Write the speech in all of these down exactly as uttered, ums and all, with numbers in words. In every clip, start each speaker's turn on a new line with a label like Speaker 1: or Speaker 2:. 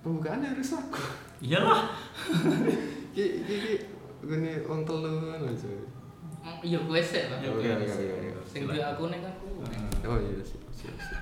Speaker 1: pembukaannya harus aku.
Speaker 2: Iyalah.
Speaker 1: Ki ki ki gini wong telu ngono aja.
Speaker 3: Iya kowe sik lah.
Speaker 1: Oke oke oke.
Speaker 3: Sing duwe aku ning kan aku.
Speaker 1: Oh iya sih. Siap siap.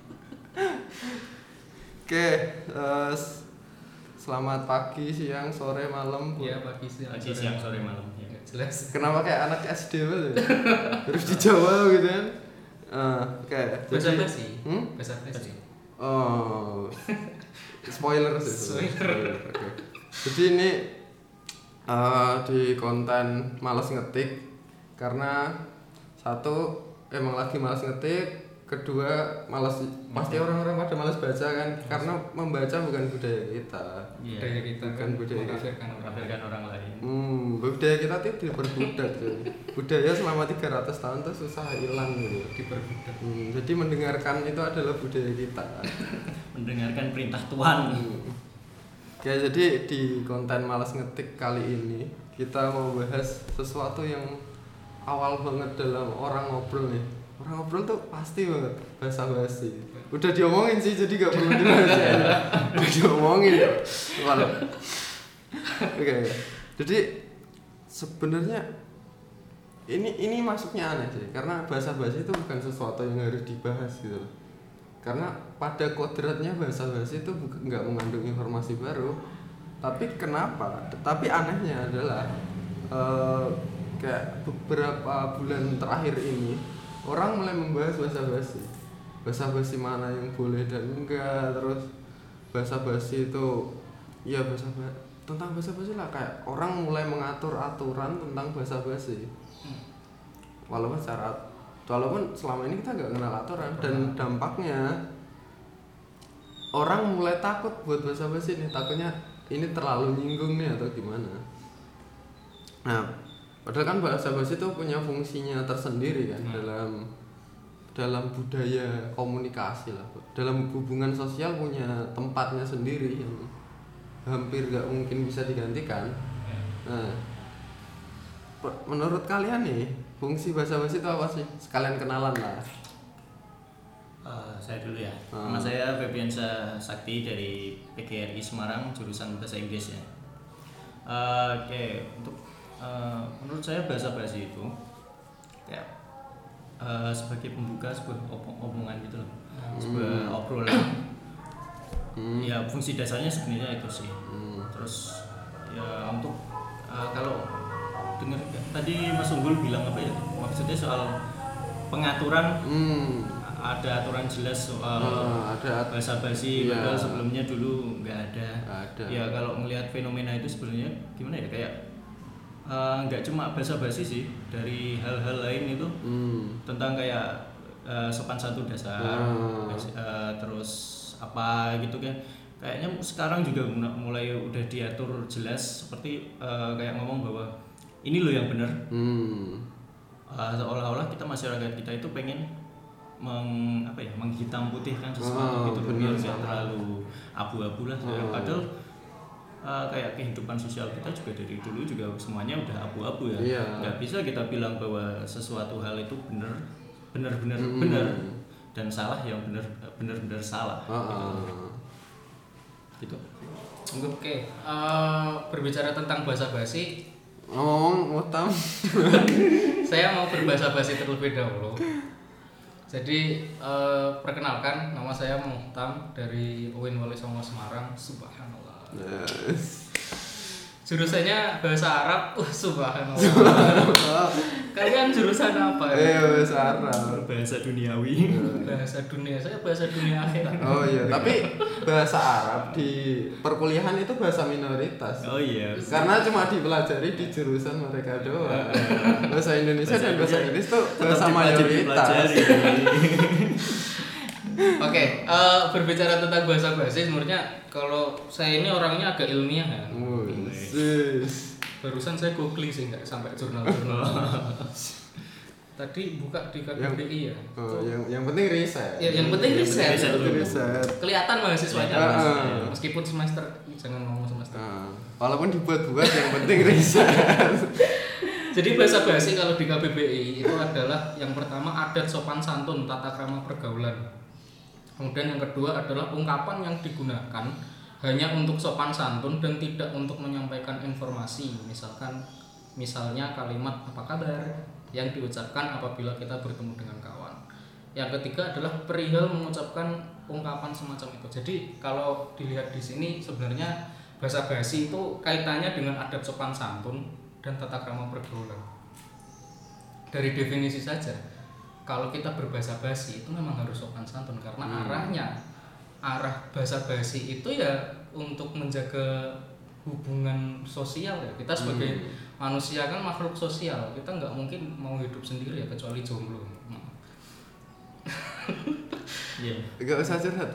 Speaker 1: Oke, uh, selamat pagi, siang, sore, malam.
Speaker 3: Iya pagi siang.
Speaker 2: Pagi siang sore malam ya.
Speaker 3: Jelas.
Speaker 1: Kenapa kayak anak S D gitu? Terus dijawab gitu kan? Uh, kayak
Speaker 3: Bahasa basi.
Speaker 1: Hmm?
Speaker 3: Bahasa basi.
Speaker 1: Oh. Spoiler sih.
Speaker 3: Spoiler.
Speaker 1: Oke. Jadi ini uh, di konten malas ngetik karena satu emang lagi malas ngetik, kedua malas pasti orang-orang pada malas baca kan karena membaca bukan budaya kita.
Speaker 2: Iya.
Speaker 3: Budaya kita
Speaker 1: Bukan budaya kita.
Speaker 3: mengkafirkan orang lain.
Speaker 2: Mengkafirkan orang lain.
Speaker 1: Hmm, budaya kita tuh diperbudak tuh. Budaya selama tiga ratus tahun tuh susah hilang gitu.
Speaker 3: Diperbudak.
Speaker 1: Hmm, jadi mendengarkan itu adalah budaya kita.
Speaker 2: Mendengarkan perintah Tuhan.
Speaker 1: Hmm. Oke, jadi di konten malas ngetik kali ini kita mau bahas sesuatu yang awal banget dalam orang ngobrol nih. Orang ngobrol tuh pasti banget basa-basi. Udah diomongin sih, jadi gak perlu dibahas ya. Udah diomongin ya. Oke, jadi sebenarnya ini ini masuknya aneh sih, karena basa-basi itu bukan sesuatu yang harus dibahas gitu loh. Karena pada kodratnya basa-basi itu bukan nggak mengandung informasi baru, tapi kenapa? Tapi anehnya adalah uh, kayak beberapa bulan terakhir ini orang mulai membahas basa-basi, basa-basi mana yang boleh dan enggak, terus basa-basi itu ya basa-basi tentang basa-basi lah, kayak orang mulai mengatur aturan tentang basa-basi, walaupun secara walaupun selama ini kita nggak kenal aturan dan dampaknya orang mulai takut buat basa-basi nih, takutnya ini terlalu nyinggung nih atau gimana. Nah, padahal kan basa-basi itu punya fungsinya tersendiri kan hmm. dalam dalam budaya komunikasi lah, dalam hubungan sosial punya tempatnya sendiri yang hampir nggak mungkin bisa digantikan. Nah, menurut kalian nih fungsi basa-basi itu apa sih? Sekalian kenalan lah.
Speaker 2: Uh, saya dulu ya.
Speaker 1: Hmm.
Speaker 2: Nama saya Febiansa Sakti dari P G R I Semarang, jurusan bahasa Inggris ya. Uh, Oke, okay. Untuk uh, menurut saya basa-basi itu kayak uh, sebagai pembuka sebuah omongan gitu loh, hmm. sebuah obrolan. Hmm. Ya fungsi dasarnya sebenarnya itu sih. Hmm. Terus ya untuk uh, kalau dengar tadi Mas Unggul bilang apa ya, maksudnya soal pengaturan, hmm. ada aturan jelas soal
Speaker 1: oh, ada
Speaker 2: basa-basi,
Speaker 1: iya.
Speaker 2: padahal sebelumnya dulu nggak ada.
Speaker 1: ada
Speaker 2: Ya kalau melihat fenomena itu sebenarnya gimana ya, kayak nggak uh, cuma basa-basi sih, dari hal-hal lain itu hmm. tentang kayak uh, sopan santun dasar, hmm. uh, terus apa gitu kan. Kayaknya sekarang juga mulai udah diatur jelas, seperti uh, kayak ngomong bahwa ini loh yang benar. Hmm. Uh, seolah-olah kita masyarakat kita itu pengen meng apa ya menghitam putihkan sesuatu oh, gitu biar nggak terlalu abu-abu lah. Oh. Padahal uh, kayak kehidupan sosial kita juga dari dulu juga semuanya udah abu-abu ya. Yeah. Nggak bisa kita bilang bahwa sesuatu hal itu benar benar-benar hmm. benar dan salah yang benar benar-benar salah. Oh. Gitu.
Speaker 3: Oke, okay. uh, berbicara tentang basa-basi.
Speaker 1: Ngomong Muhtam.
Speaker 3: Saya mau berbahasa-basi terlebih dahulu. Jadi uh, perkenalkan, nama saya Muhtam dari U I N Wali Songo Semarang. Subhanallah. Yes. Jurusannya bahasa Arab. Uh, subhanallah. Subhanallah. Kalian jurusan apa ya?
Speaker 1: Eh, bahasa Arab.
Speaker 2: Bahasa duniawi.
Speaker 3: Bahasa dunia. Saya bahasa dunia akhirat.
Speaker 1: Oh iya, tapi bahasa Arab di perkuliahan itu bahasa minoritas.
Speaker 2: Oh iya.
Speaker 1: Karena cuma dipelajari di jurusan mereka doang. Bahasa Indonesia bahasa dan bahasa Inggris tuh bahasa mayoritas.
Speaker 3: Oke, okay, uh, berbicara tentang bahasa basi, sebenarnya kalau saya ini orangnya agak ilmiah kan.
Speaker 1: Oh,
Speaker 3: barusan saya googling sih, nggak sampai jurnal-jurnal. Tadi buka di K B B I ya.
Speaker 1: Oh, yang yang penting riset.
Speaker 3: Ya, yang penting riset.
Speaker 1: Yang penting riset.
Speaker 3: Kelihatan mahasiswanya.
Speaker 1: Uh, uh.
Speaker 3: Meskipun semester, jangan ngomong semester.
Speaker 1: Uh, walaupun dibuat-buat, yang penting riset.
Speaker 3: Jadi bahasa basi kalau di K B B I itu adalah yang pertama adat sopan santun, tata krama pergaulan. Kemudian yang kedua adalah ungkapan yang digunakan hanya untuk sopan santun dan tidak untuk menyampaikan informasi. Misalkan misalnya kalimat apa kabar yang diucapkan apabila kita bertemu dengan kawan. Yang ketiga adalah perihal mengucapkan ungkapan semacam itu. Jadi kalau dilihat di sini sebenarnya basa basi itu kaitannya dengan adab sopan santun dan tata krama pergaulan. Dari definisi saja, kalau kita berbahasa basi itu memang harus sopan santun karena hmm. arahnya arah basa basi itu ya untuk menjaga hubungan sosial ya. Kita sebagai hmm. manusia kan makhluk sosial, kita nggak mungkin mau hidup sendiri ya kecuali jomblo.
Speaker 1: Iya. Enggak usah curhat.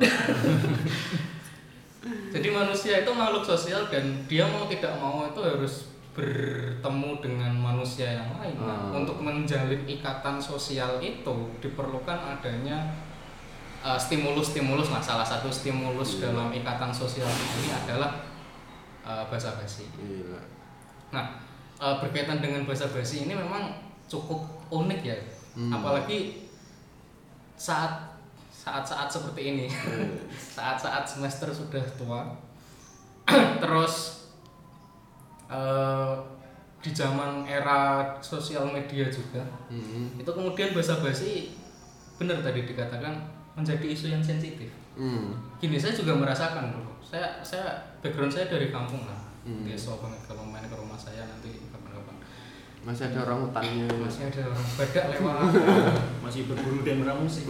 Speaker 3: Jadi manusia itu makhluk sosial dan dia mau tidak mau itu harus bertemu dengan manusia yang lain. Nah, hmm. untuk menjalin ikatan sosial itu diperlukan adanya uh, stimulus-stimulus lah. Salah satu stimulus yeah. dalam ikatan sosial ini adalah uh, basa basi. Yeah. Nah, uh, berkaitan dengan basa basi ini memang cukup unik ya. Hmm. Apalagi saat saat-saat seperti ini, saat-saat semester sudah tua, terus uh, di zaman era sosial media juga, mm-hmm. itu kemudian basa-basi benar tadi dikatakan menjadi isu yang sensitif. Mm. Gini saya juga merasakan dulu, saya saya background saya dari kampung lah, mm. biasa banget kalau main ke rumah saya nanti kapan-kapan.
Speaker 1: Masih ada orang hutannya.
Speaker 3: Masih ada orang badak lewat.
Speaker 2: Masih berburu dan meramusik.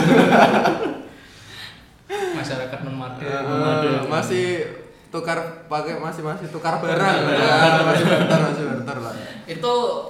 Speaker 3: Masyarakat nomade.
Speaker 1: Uh, masih tukar pakai masih masih tukar barang. Ya, masih barter masih barter lah.
Speaker 3: Itu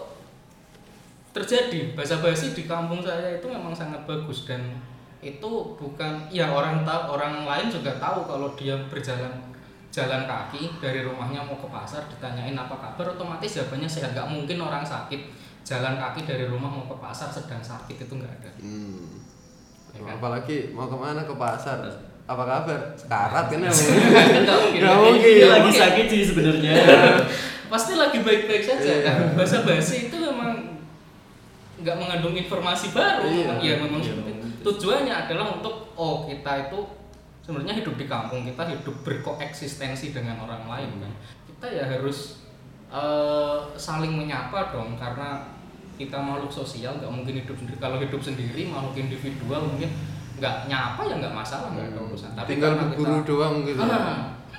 Speaker 3: terjadi basa basi di kampung saya itu memang sangat bagus dan itu bukan ya orang tahu orang lain juga tahu kalau dia berjalan jalan kaki dari rumahnya mau ke pasar ditanyain apa kabar otomatis jawabannya sehat. Nggak mungkin orang sakit jalan kaki dari rumah mau ke pasar sedang sakit itu nggak ada.
Speaker 1: Hmm. Ya kan? Apalagi mau kemana ke pasar apa kabar sekarat kan ya?
Speaker 3: Nggak mungkin.
Speaker 2: Nggak mungkin. Dia lagi sakit sih sebenarnya.
Speaker 3: Pasti lagi baik-baik saja. Kan? Basa basi itu memang nggak mengandung informasi baru. Iya. Ya memang iya, tujuannya adalah untuk oh kita itu sebenarnya hidup di kampung, kita hidup berkoeksistensi dengan orang lain kan. Kita ya harus uh, saling menyapa dong karena kita makhluk sosial, nggak mungkin hidup sendiri. Kalau hidup sendiri makhluk individual mungkin nggak nyapa ya nggak masalah, nggak ada urusan. Tapi
Speaker 1: tinggal berburu kita, doang gitu.
Speaker 3: Ah,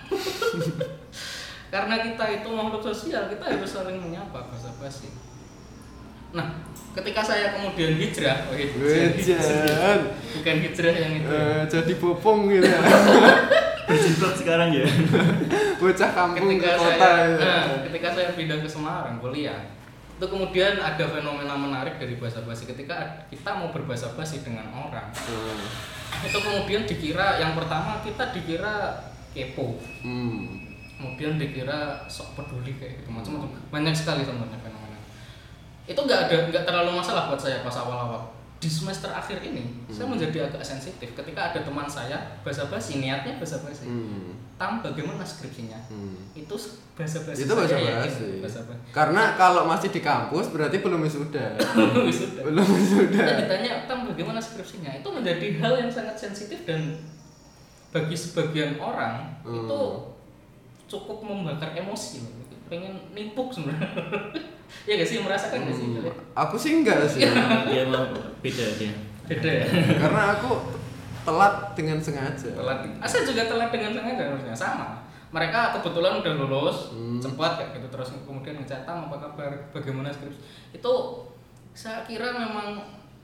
Speaker 3: karena kita itu makhluk sosial, kita harus saling menyapa basa-basi. Nah, ketika saya kemudian hijrah, oh hijrah, bukan hijrah yang itu.
Speaker 1: Uh, jadi bopong gitu.
Speaker 2: Berjilbab sekarang ya.
Speaker 1: Bocah kampung
Speaker 3: ketika
Speaker 1: ke kota.
Speaker 3: Saya,
Speaker 1: ya.
Speaker 3: nah, ketika saya pindah ke Semarang kuliah, itu kemudian ada fenomena menarik dari basa-basi. Ketika kita mau berbasa-basi dengan orang, hmm. itu kemudian dikira yang pertama kita dikira kepo, hmm. kemudian dikira sok peduli kayak gitu macam-macam. Banyak sekali sebenarnya fenomena. Itu nggak ada nggak terlalu masalah buat saya pas awal-awal. Di semester akhir ini hmm. saya menjadi agak sensitif ketika ada teman saya basa-basi, niatnya basa-basi. Hmm. Tam bagaimana skripsinya? Hmm. Itu basa-basi.
Speaker 1: Itu basa-basi. Karena kalau masih di kampus berarti belum wisuda.
Speaker 3: belum wisuda.
Speaker 1: belum wisuda.
Speaker 3: Kita ditanya, "Tam bagaimana skripsinya?" Itu menjadi hal yang sangat sensitif dan bagi sebagian orang hmm. itu cukup membakar emosi. Pengen nimpuk sebenarnya. Ya gak sih merasakan hmm, gak sih?
Speaker 1: Aku sih enggak sih.
Speaker 2: Dia mah beda dia.
Speaker 3: Beda ya.
Speaker 1: Karena aku telat dengan sengaja.
Speaker 3: Telat. Saya juga telat dengan sengaja harusnya sama. Mereka kebetulan udah lulus, hmm. cepat kayak gitu terus kemudian ngechat, "Tam, apa kabar? Bagaimana skripsi?" Itu saya kira memang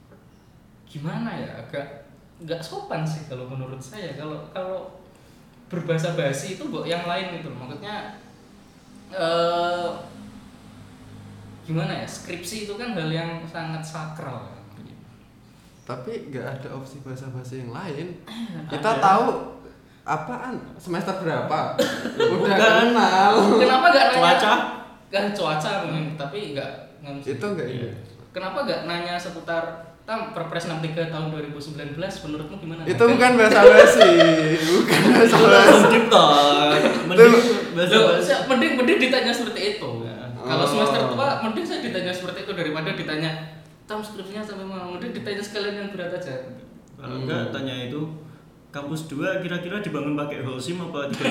Speaker 3: gimana ya, agak enggak sopan sih kalau menurut saya. Kalau kalau berbahasa basi itu buat yang lain gitu. Maksudnya eh gimana ya, skripsi itu kan hal yang sangat sakral.
Speaker 1: Tapi nggak ada opsi basa-basi yang lain. Kita ada. Tahu apaan semester berapa, udah kenal.
Speaker 3: Kenapa nggak nanya
Speaker 2: cuaca?
Speaker 3: Kan cuaca, hmm. tapi nggak
Speaker 1: itu nggak iya.
Speaker 3: Kenapa nggak nanya seputar Tam Perpres enam puluh tiga tahun dua ribu sembilan belas menurutmu gimana?
Speaker 1: Itu bukan basa-basi, bukan basa-basi.
Speaker 2: Mending basa-basi.
Speaker 3: Mending mending ditanya seperti itu. Kalau semester tua, mending saya ditanya seperti itu daripada ditanya Tam skripsinya sampai mana. Mending ditanya sekalian yang berat aja.
Speaker 2: Kalau enggak tanya itu kampus dua kira-kira dibangun pakai Holcim apa tiga?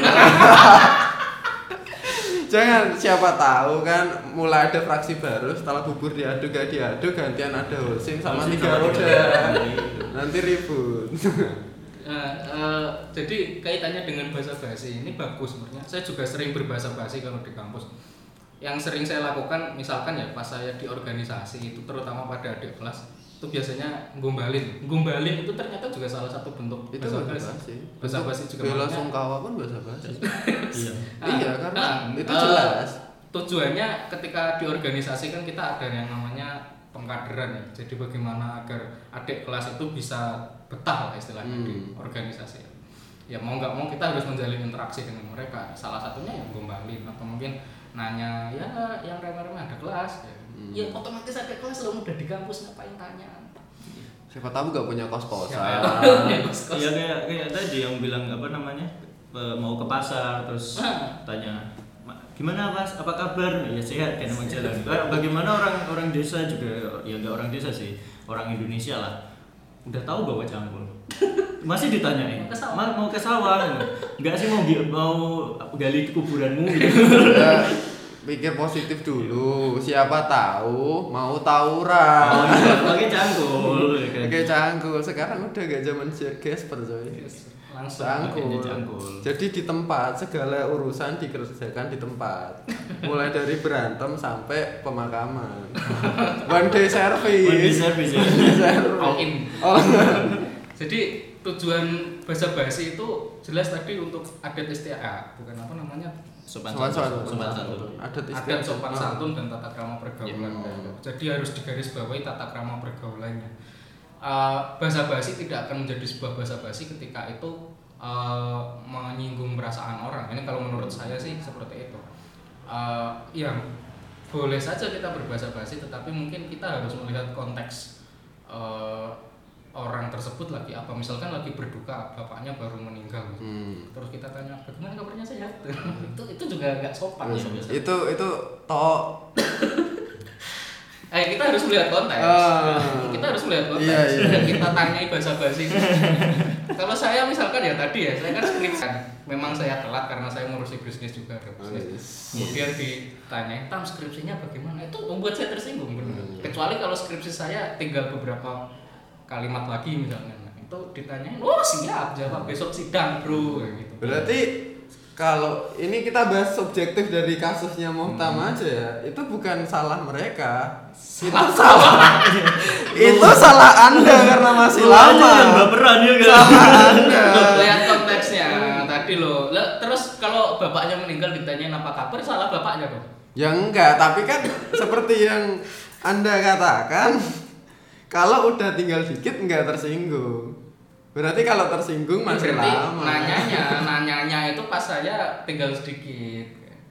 Speaker 1: Jangan, siapa tahu kan mulai ada fraksi baru setelah bubur diaduk gak diaduk gantian ada Holcim sama
Speaker 2: Holcim
Speaker 1: tiga
Speaker 2: sama
Speaker 1: roda.
Speaker 2: tiga.
Speaker 1: Nanti ribut.
Speaker 3: Nah, uh, jadi kaitannya dengan bahasa basi ini bagus sebenarnya. Saya juga sering berbahasa basi kalau di kampus. Yang sering saya lakukan misalkan ya pas saya di organisasi itu terutama pada adik kelas itu biasanya gombalin. Gombalin itu ternyata juga salah satu bentuk
Speaker 1: Itu
Speaker 3: bahasa
Speaker 1: bahasa
Speaker 3: basi.
Speaker 1: basi.
Speaker 3: Bahasa basi juga
Speaker 1: bela
Speaker 3: maknanya-
Speaker 1: sungkawa pun bahasa basi.
Speaker 2: Iya.
Speaker 1: Iya, karena
Speaker 3: nah,
Speaker 1: itu
Speaker 3: uh,
Speaker 1: jelas.
Speaker 3: Tujuannya ketika di organisasi kan kita ada yang namanya pengkaderan ya. Jadi bagaimana agar adik kelas itu bisa betah lah istilahnya
Speaker 1: Hmm.
Speaker 3: di organisasi. Ya mau nggak mau kita harus menjalin interaksi dengan mereka. Salah satunya yang gombalin atau mungkin nanya ya yang remeh-remeh ada kelas. Ya,
Speaker 1: Hmm.
Speaker 3: ya otomatis ada kelas lo udah di kampus ngapain tanya.
Speaker 1: Siapa tahu gak punya kos-kosan.
Speaker 3: Ya, kos-kos.
Speaker 2: Iya kayak kayak tadi yang bilang apa namanya e, mau ke pasar terus tanya "Ma, gimana mas apa kabar ya sehat kan emang jalan. Eh, bagaimana orang orang desa juga ya nggak orang desa sih orang Indonesia lah udah tahu bawa cangkul masih ditanyain
Speaker 3: Mau ke sawah.
Speaker 2: mas mau ke sawah nggak sih mau gi- mau gali kuburanmu gitu.
Speaker 1: Ya, pikir positif dulu. Siapa tahu mau
Speaker 2: Oh,
Speaker 1: tawuran.
Speaker 2: iya, pakai cangkul ya kan.
Speaker 1: Oke, cangkul. Sekarang udah gak zaman Gesper coy.
Speaker 3: Langsung
Speaker 1: Cangkul.
Speaker 2: pakainya cangkul.
Speaker 1: Jadi di tempat segala urusan dikerjakan di tempat. Mulai dari berantem sampai pemakaman. One day service.
Speaker 2: One day service, ya.
Speaker 1: One day service.
Speaker 3: all in.
Speaker 1: Oh.
Speaker 3: Jadi tujuan bahasa basi itu jelas tadi untuk adat istiadat, bukan apa namanya
Speaker 2: sopan
Speaker 1: Sopan
Speaker 2: santun
Speaker 1: santun.
Speaker 2: sopan santun
Speaker 1: Adat
Speaker 3: adat
Speaker 1: istiadat.
Speaker 3: sopan santun dan tata krama pergaulan.
Speaker 1: Ya.
Speaker 3: Jadi harus digarisbawahi tata krama pergaulannya. Uh, bahasa basi tidak akan menjadi sebuah bahasa basi ketika itu uh, menyinggung perasaan orang. Ini kalau menurut saya sih seperti itu. Uh, ya boleh saja kita berbahasa basi, tetapi mungkin kita harus melihat konteks uh, orang tersebut lagi apa. Misalkan lagi berduka, bapaknya baru meninggal.
Speaker 1: Hmm.
Speaker 3: Terus kita tanya bagaimana kabarnya sehat. itu itu juga nggak sopan.
Speaker 1: Terus,
Speaker 3: Ya,
Speaker 1: itu itu toh
Speaker 3: Eh kita harus melihat konteks.
Speaker 1: Ah.
Speaker 3: Kita harus melihat konteks.
Speaker 1: Iya, iya.
Speaker 3: Kita tanyai bahasa basi. Kalau saya misalkan ya tadi ya, saya kan skripsian. Memang saya telat karena saya ngurusi bisnis juga ada bisnis. Kemudian ditanya, "Tam skripsinya bagaimana?" Itu membuat saya tersinggung benar.
Speaker 1: Hmm.
Speaker 3: Kecuali kalau skripsi saya tinggal beberapa kalimat lagi misalnya. Nah, itu ditanyain, "Oh, siap, jawab besok sidang, Bro." Kayak gitu.
Speaker 1: berarti kalau ini kita bahas subjektif dari kasusnya Muhtam aja ya, itu bukan salah mereka, itu salah, itu salah Anda karena masih
Speaker 2: Lu aja yang
Speaker 1: lama.
Speaker 2: baperan ya kan.
Speaker 1: Salah Anda.
Speaker 3: Lihat konteksnya tadi loh. Lah, terus kalau bapaknya meninggal ditanyain apa kabar, salah bapaknya dong.
Speaker 1: Ya enggak, tapi kan seperti yang Anda katakan, kalau udah tinggal dikit enggak tersinggung. Berarti kalau tersinggung masih
Speaker 3: Berarti
Speaker 1: lama.
Speaker 3: nanyanya, nanyanya itu pas saya tinggal sedikit.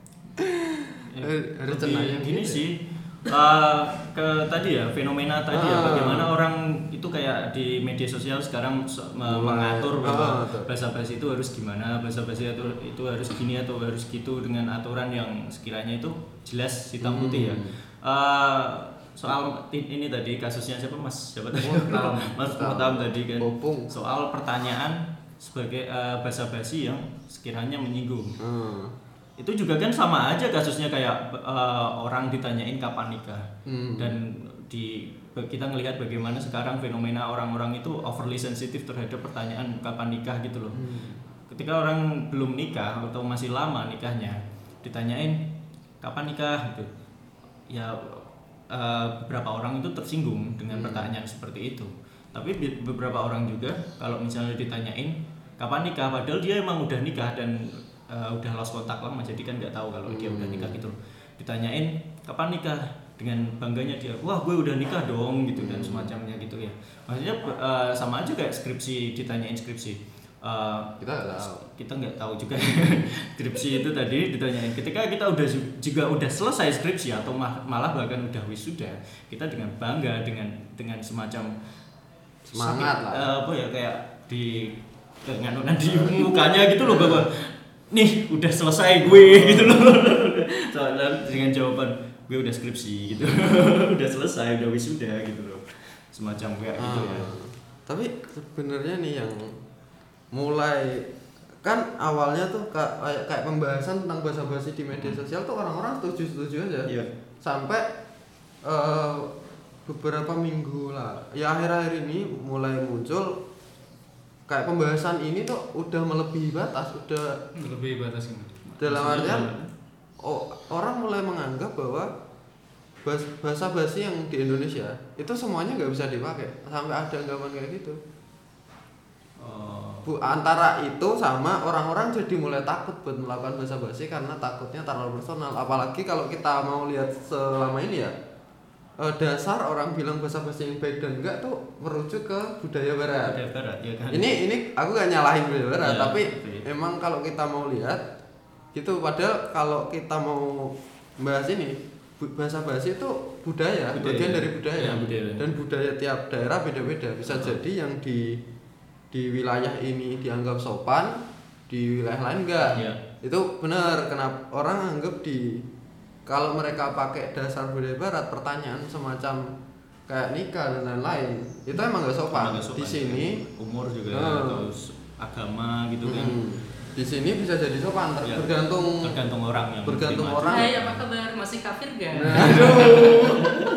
Speaker 1: Eh, harus
Speaker 2: Lebih
Speaker 1: cenanya
Speaker 2: gini
Speaker 1: gitu.
Speaker 2: sih uh, ke tadi ya fenomena tadi ya
Speaker 1: Ah.
Speaker 2: bagaimana orang itu kayak di media sosial sekarang so- me-
Speaker 1: Mulai.
Speaker 2: mengatur
Speaker 1: Ah,
Speaker 2: bahwa
Speaker 1: betul.
Speaker 2: bahasa basi itu harus gimana, bahasa basi itu itu harus gini atau harus gitu dengan aturan yang sekiranya itu jelas hitam putih ya.
Speaker 1: Hmm.
Speaker 2: Uh, soal ti- ini tadi kasusnya siapa Mas siapa tadi
Speaker 3: Muhtam.
Speaker 2: Mas Muhtam tadi kan
Speaker 1: Popung.
Speaker 2: soal pertanyaan sebagai uh, bahasa basi yang sekiranya menyinggung.
Speaker 1: Hmm.
Speaker 2: Itu juga kan sama aja kasusnya kayak uh, orang ditanyain kapan nikah.
Speaker 1: Hmm.
Speaker 2: Dan di kita ngelihat bagaimana sekarang fenomena orang-orang itu overly sensitif terhadap pertanyaan kapan nikah gitu loh.
Speaker 1: Hmm.
Speaker 2: Ketika orang belum nikah atau masih lama nikahnya ditanyain kapan nikah gitu. Ya uh, beberapa orang itu tersinggung dengan
Speaker 1: Hmm.
Speaker 2: pertanyaan seperti itu. Tapi be- beberapa orang juga kalau misalnya ditanyain kapan nikah padahal dia emang udah nikah dan uh, udah lost kontak lama jadi kan nggak tahu kalau dia udah nikah gitu. Ditanyain kapan nikah dengan bangganya dia, wah gue udah nikah dong gitu dan semacamnya gitu ya. Maksudnya uh, sama aja kayak skripsi ditanyain skripsi. Uh,
Speaker 1: Kita nggak tahu.
Speaker 2: kita nggak tahu juga skripsi itu tadi ditanyain ketika kita udah juga udah selesai skripsi atau ma- malah bahkan udah wisuda kita dengan bangga dengan dengan semacam
Speaker 1: Semangat lah.
Speaker 2: eh, apa ya kayak di dengan di mukanya gitu loh bahwa nih udah selesai gue gitu loh. Soalnya dengan jawaban gue udah skripsi gitu udah selesai udah wisuda gitu loh semacam kayak gitu ya.
Speaker 1: Ah. Tapi sebenarnya nih yang mulai kan awalnya tuh kayak kayak pembahasan tentang bahasa basi di media sosial tuh orang-orang setuju-setuju aja.
Speaker 2: Iya.
Speaker 1: Sampai uh, beberapa minggu lah. Ya akhir-akhir ini mulai muncul kayak pembahasan ini tuh udah melebihi batas, udah
Speaker 3: melebihi batas ini.
Speaker 1: Dalam artian oh, orang mulai menganggap bahwa bahasa basi yang di Indonesia itu semuanya nggak bisa dipakai, sampai ada anggapan kayak gitu.
Speaker 2: Oh.
Speaker 1: Bu, antara itu sama orang-orang jadi mulai takut buat melakukan bahasa basi karena takutnya terlalu personal. Apalagi kalau kita mau lihat selama ini ya, dasar orang bilang bahasa basi yang baik dan enggak tuh merujuk ke budaya barat.
Speaker 2: Budaya barat ya kan.
Speaker 1: Ini ini aku gak nyalahin budaya barat,
Speaker 2: ya,
Speaker 1: tapi
Speaker 2: okay.
Speaker 1: Emang kalau kita mau lihat gitu, padahal kalau kita mau bahas ini bahasa basi itu budaya, budaya, bagian dari budaya. Ya, budaya. Dan budaya tiap daerah beda-beda. Bisa oh. jadi yang di di wilayah ini dianggap sopan, di wilayah lain enggak. Ya. Itu benar. Kenapa orang anggap di kalau mereka pakai dasar budaya barat, pertanyaan semacam kayak nikah dan lain-lain, itu emang enggak sopan. sopan. Di sini
Speaker 2: ya. Umur juga uh, atau agama gitu kan. Hmm.
Speaker 1: Di sini bisa jadi sopan, ter- ya, bergantung
Speaker 2: tergantung orang yang
Speaker 1: bergantung orang.
Speaker 3: Hai, apa kabar? Masih kafir gak?
Speaker 1: Nah, aduh.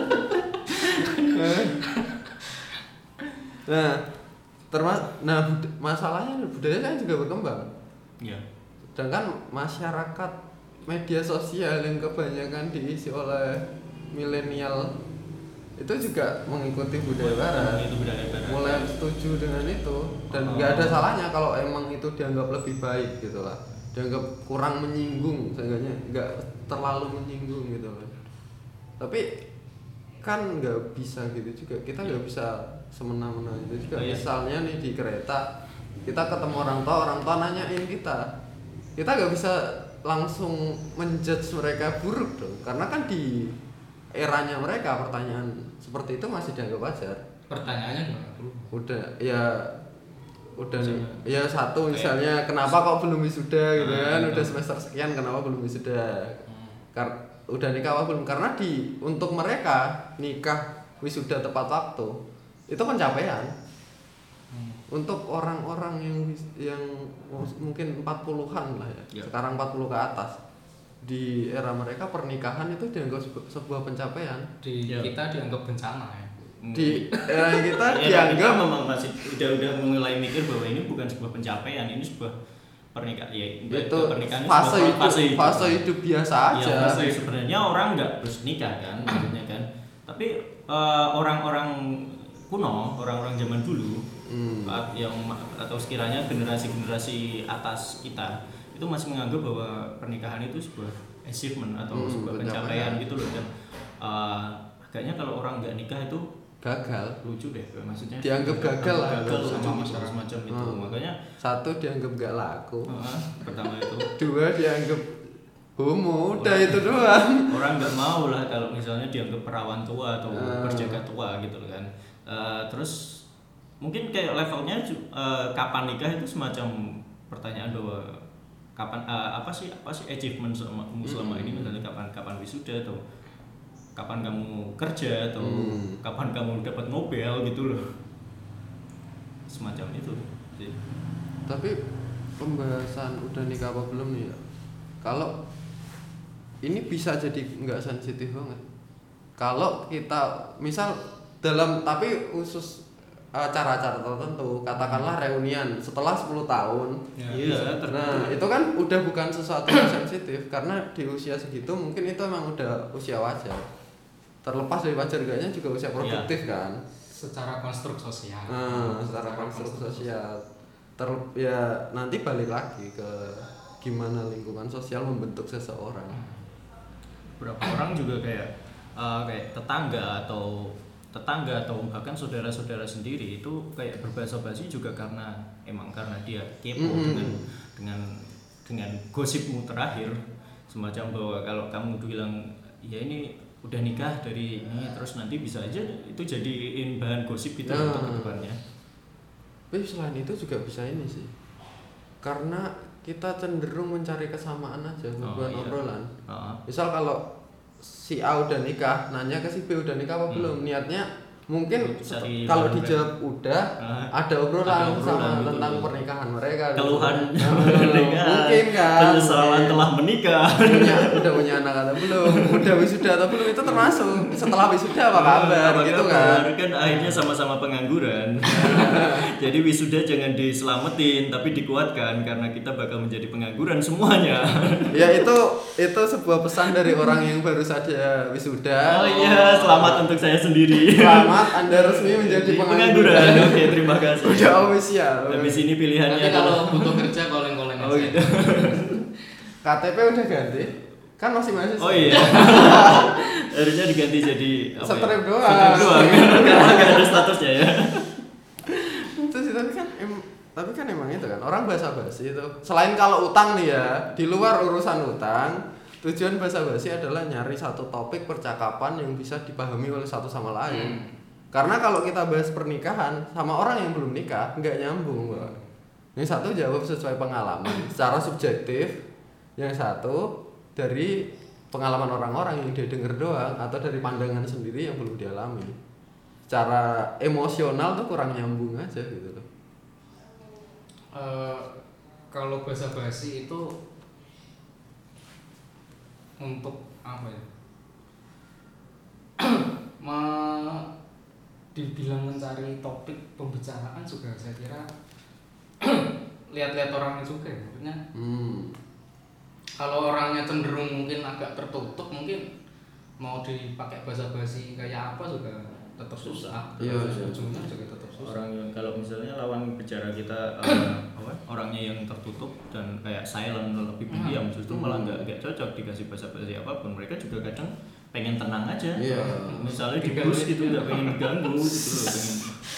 Speaker 1: nah, termas nah bud- masalahnya budaya kan juga berkembang.
Speaker 2: Ya.
Speaker 1: Sedangkan masyarakat media sosial yang kebanyakan diisi oleh milenial itu juga mengikuti budaya barat,
Speaker 2: budaya barat.
Speaker 1: Mulai setuju dengan itu dan nggak oh. ada salahnya kalau emang itu dianggap lebih baik gitu lah, dianggap kurang menyinggung, seenggaknya nggak terlalu menyinggung gitu lah. Tapi kan nggak bisa gitu juga, kita nggak bisa semena-mena itu juga. Oh, iya. Misalnya nih di kereta kita ketemu orang tua, orang tua nanyain kita, kita nggak bisa langsung menjudge mereka buruk dong, karena kan di eranya mereka pertanyaan seperti itu masih dianggap wajar.
Speaker 3: Pertanyaannya gimana?
Speaker 1: Udah ya udah nih ya satu misalnya kenapa kok belum wisuda gitu kan, nah, udah semester sekian kenapa belum wisuda, hmm. Kar- udah nikah apa belum, karena di untuk mereka nikah wisuda tepat waktu itu pencapaian. hmm. Untuk orang-orang yang yang mungkin empat puluhan lah ya, ya. Sekarang empat puluh ke atas, di era mereka pernikahan itu dianggap sebuah pencapaian.
Speaker 3: Di ya. Kita dianggap bencana ya.
Speaker 1: Di era kita
Speaker 2: ya,
Speaker 1: dianggap
Speaker 2: memang masih udah udah mulai mikir bahwa ini bukan sebuah pencapaian, ini sebuah pernikahan. Ya,
Speaker 1: itu
Speaker 2: pernikahan
Speaker 1: fase
Speaker 2: itu
Speaker 1: fase hidup, fase hidup biasa aja.
Speaker 2: Ya, fase sebenarnya orang nggak harus nikah kan, maksudnya kan. Tapi uh, orang-orang kuno, orang-orang zaman dulu, hmm. yang atau sekiranya generasi-generasi atas kita itu masih menganggap bahwa pernikahan itu sebuah achievement atau hmm, sebuah pencapaian gitu loh, dan uh, agaknya kalau orang nggak nikah itu
Speaker 1: gagal,
Speaker 2: lucu deh maksudnya,
Speaker 1: dianggap gagal lah,
Speaker 2: gagal sama masyarakat semacam itu. Hmm. Makanya
Speaker 1: satu dianggap nggak laku,
Speaker 2: uh, pertama itu,
Speaker 1: dua dianggap homo, udah itu doang.
Speaker 2: Orang nggak mau lah kalau misalnya dianggap perawan tua atau uh. berjaga tua gitu kan. Uh, terus mungkin kayak levelnya uh, kapan nikah itu semacam pertanyaan bahwa kapan uh, apa sih apa sih achievement selama, selama ini, misalnya kapan kapan wisuda atau kapan kamu kerja atau hmm. kapan kamu dapat Nobel gitu loh, semacam itu. Jadi,
Speaker 1: tapi pembahasan udah nikah apa belum nih ya, kalau ini bisa jadi nggak sensitif banget kalau kita misal dalam, tapi khusus acara-acara tertentu, katakanlah reunian setelah sepuluh tahun.
Speaker 2: Iya, ya,
Speaker 1: nah, itu kan udah bukan sesuatu yang sensitif karena di usia segitu mungkin itu emang udah usia wajar. Terlepas dari wajar enggaknya juga usia produktif ya. Kan.
Speaker 3: Secara konstruk sosial.
Speaker 1: Nah, secara, secara konstruk sosial. Ter ya nanti balik lagi ke gimana lingkungan sosial membentuk seseorang.
Speaker 2: Beberapa orang juga kayak uh, kayak tetangga atau tetangga atau bahkan saudara-saudara sendiri itu kayak berbahasa basi juga karena emang karena dia kepo mm-hmm. dengan dengan dengan gosipmu terakhir, semacam bahwa kalau kamu bilang ya ini udah nikah dari ini, terus nanti bisa aja itu jadiin bahan gosip gitu nah, untuk kedepannya.
Speaker 1: Tapi selain itu juga bisa ini sih, karena kita cenderung mencari kesamaan aja hubungan oh, iya. obrolan. Uh-huh. Misal kalau si A udah nikah, nanya ke si B udah nikah apa hmm. belum, niatnya mungkin
Speaker 2: Cari
Speaker 1: kalau
Speaker 2: barang
Speaker 1: dijawab udah
Speaker 2: Ah.
Speaker 1: ada obrolan
Speaker 2: Ada obrolan,
Speaker 1: sama
Speaker 2: betul,
Speaker 1: tentang
Speaker 2: betul.
Speaker 1: pernikahan mereka gitu.
Speaker 2: Keluhan
Speaker 1: Nah,
Speaker 2: pernikahan,
Speaker 1: mungkin kan
Speaker 2: penyesalan
Speaker 1: mungkin.
Speaker 2: telah menikah.
Speaker 1: punya udah punya anak atau belum, udah wisuda atau belum, itu termasuk setelah wisuda apa kabar
Speaker 2: Apa
Speaker 1: gitu
Speaker 2: kabar?
Speaker 1: kan.
Speaker 2: Kan akhirnya sama-sama pengangguran. Jadi wisuda jangan diselamatin tapi dikuatkan karena kita bakal menjadi pengangguran semuanya.
Speaker 1: Ya itu itu sebuah pesan dari orang yang baru saja wisuda.
Speaker 2: Oh iya, selamat untuk saya sendiri.
Speaker 1: Selamat, Anda resmi menjadi
Speaker 2: pengangguran.
Speaker 1: pengangguran.
Speaker 2: Oke, terima kasih.
Speaker 1: Udah official.
Speaker 2: Habis ini pilihannya
Speaker 3: Nanti kalau
Speaker 2: adalah-
Speaker 3: butuh kerja calling-calling
Speaker 2: Oh
Speaker 3: aja.
Speaker 2: gitu.
Speaker 1: K T P udah ganti. Kan masih mahasiswa.
Speaker 2: Oh iya. Harusnya diganti jadi apa ya?
Speaker 1: Strip doang.
Speaker 2: Strip doang. Karena nggak ada statusnya ya.
Speaker 1: Itu sih, tapi kan em, tapi kan emang itu kan orang basa-basi itu. Selain kalau utang nih ya, di luar urusan utang, tujuan basa-basi adalah nyari satu topik percakapan yang bisa dipahami oleh satu sama lain.
Speaker 3: Hmm.
Speaker 1: Karena kalau kita bahas pernikahan sama orang yang belum nikah, nggak nyambung, Mbak. Yang satu jawab sesuai pengalaman secara subjektif, yang satu dari pengalaman orang-orang yang dia denger doang atau dari pandangan sendiri yang belum dialami. Secara emosional tuh kurang nyambung aja gitu loh.
Speaker 3: Eh, kalau basa-basi itu untuk apa ya? Ma- dibilang mencari topik pembicaraan juga saya kira lihat-lihat orangnya juga ya. Maksudnya
Speaker 1: Hmm.
Speaker 3: kalau orangnya cenderung mungkin agak tertutup, mungkin mau dipakai basa-basi kayak apa juga tetap susah.
Speaker 1: Iya, iya.
Speaker 3: Ujungnya juga tetap susah.
Speaker 2: Orang yang kalau misalnya lawan bicara kita eh, apa, orangnya yang tertutup dan kayak silent lebih pendiam, justru malah nggak nggak cocok dikasih basa-basi apapun. Mereka juga kadang pengen tenang aja.
Speaker 1: Iya.
Speaker 2: Misalnya di bus gitu nggak pengen diganggu gitu loh, pengen.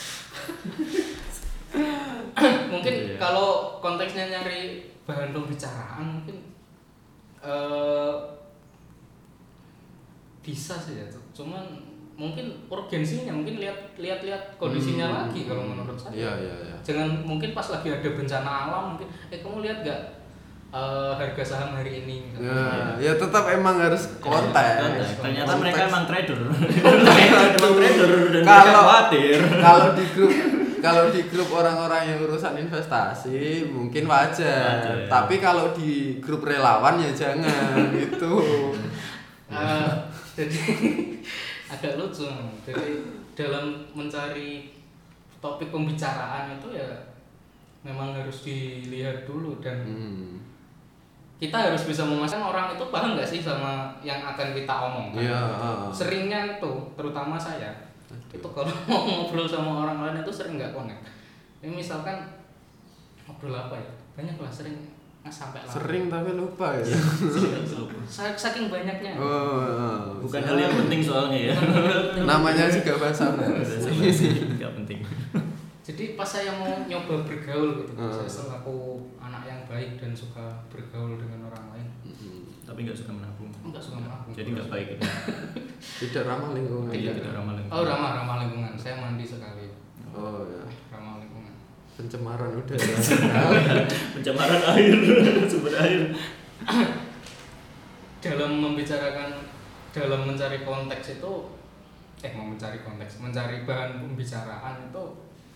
Speaker 3: Mungkin
Speaker 2: Iya.
Speaker 3: kalau konteksnya nyari bahan pembicaraan mungkin eh bisa sih ya, cuman mungkin urgensinya mungkin lihat lihat lihat kondisinya
Speaker 1: Hmm.
Speaker 3: lagi kalau menurut saya.
Speaker 1: Iya, iya, iya.
Speaker 3: Jangan mungkin pas lagi ada bencana alam mungkin eh kamu lihat gak eh, harga saham hari ini misalnya.
Speaker 1: Ya, ya tetap emang harus konteks.
Speaker 2: Konteks. Ternyata
Speaker 1: Konteks.
Speaker 2: mereka emang trader. Emang trader dan mereka
Speaker 1: Kalau
Speaker 2: khawatir.
Speaker 1: kalau di grup kalau di grup orang-orang yang urusan investasi mungkin wajar.
Speaker 2: Wajar.
Speaker 1: Tapi kalau di grup relawan ya jangan gitu.
Speaker 3: Eh, jadi agak lucu. Jadi dalam mencari topik pembicaraan itu ya memang harus dilihat dulu dan
Speaker 1: Hmm.
Speaker 3: kita harus bisa memastikan orang itu paham nggak sih sama yang akan kita omongkan.
Speaker 1: Iya, heeh.
Speaker 3: Seringnya itu, terutama saya, itu kalau mau ngobrol sama orang lain itu sering nggak connect. Ini misalkan ngobrol apa ya? Banyak lah, sering nggak sampai lah.
Speaker 1: Sering tapi lupa ya.
Speaker 3: Sa- Saking banyaknya.
Speaker 1: Oh, heeh.
Speaker 2: Bukan hal yang penting soalnya ya.
Speaker 1: Namanya juga bahasa basi.
Speaker 2: Nggak penting.
Speaker 3: Jadi pas saya mau nyoba bergaul gitu,
Speaker 1: Hmm.
Speaker 3: saya selaku anak yang baik dan suka bergaul dengan orang lain,
Speaker 2: Tapi nggak suka menabung.
Speaker 3: enggak suka menabung.
Speaker 2: Jadi nggak baik itu.
Speaker 1: Tidak ramah lingkungan.
Speaker 2: Iya, tidak ramah lingkungan.
Speaker 3: Oh ramah ramah lingkungan, saya mandi sekali,
Speaker 1: Oh ya.
Speaker 3: ramah lingkungan.
Speaker 1: Pencemaran udara.
Speaker 2: Pencemaran air, sumber air.
Speaker 3: Dalam membicarakan, dalam mencari konteks itu, eh mau mencari konteks, mencari bahan pembicaraan itu,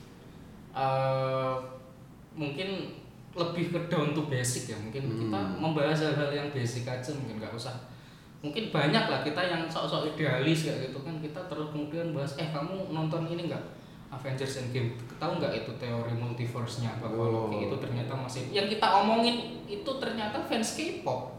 Speaker 3: eh mungkin lebih ke down to basic ya. Mungkin
Speaker 1: Hmm.
Speaker 3: kita membahas hal-hal yang basic aja, mungkin nggak usah. Mungkin banyak lah kita yang sok-sok idealis kayak gitu kan, kita terus kemudian bahas, eh kamu nonton ini nggak? Avengers Endgame, tahu nggak itu teori multiverse-nya bahwa
Speaker 1: Oh.
Speaker 3: Loki itu ternyata masih yang kita omongin itu ternyata fans K-pop.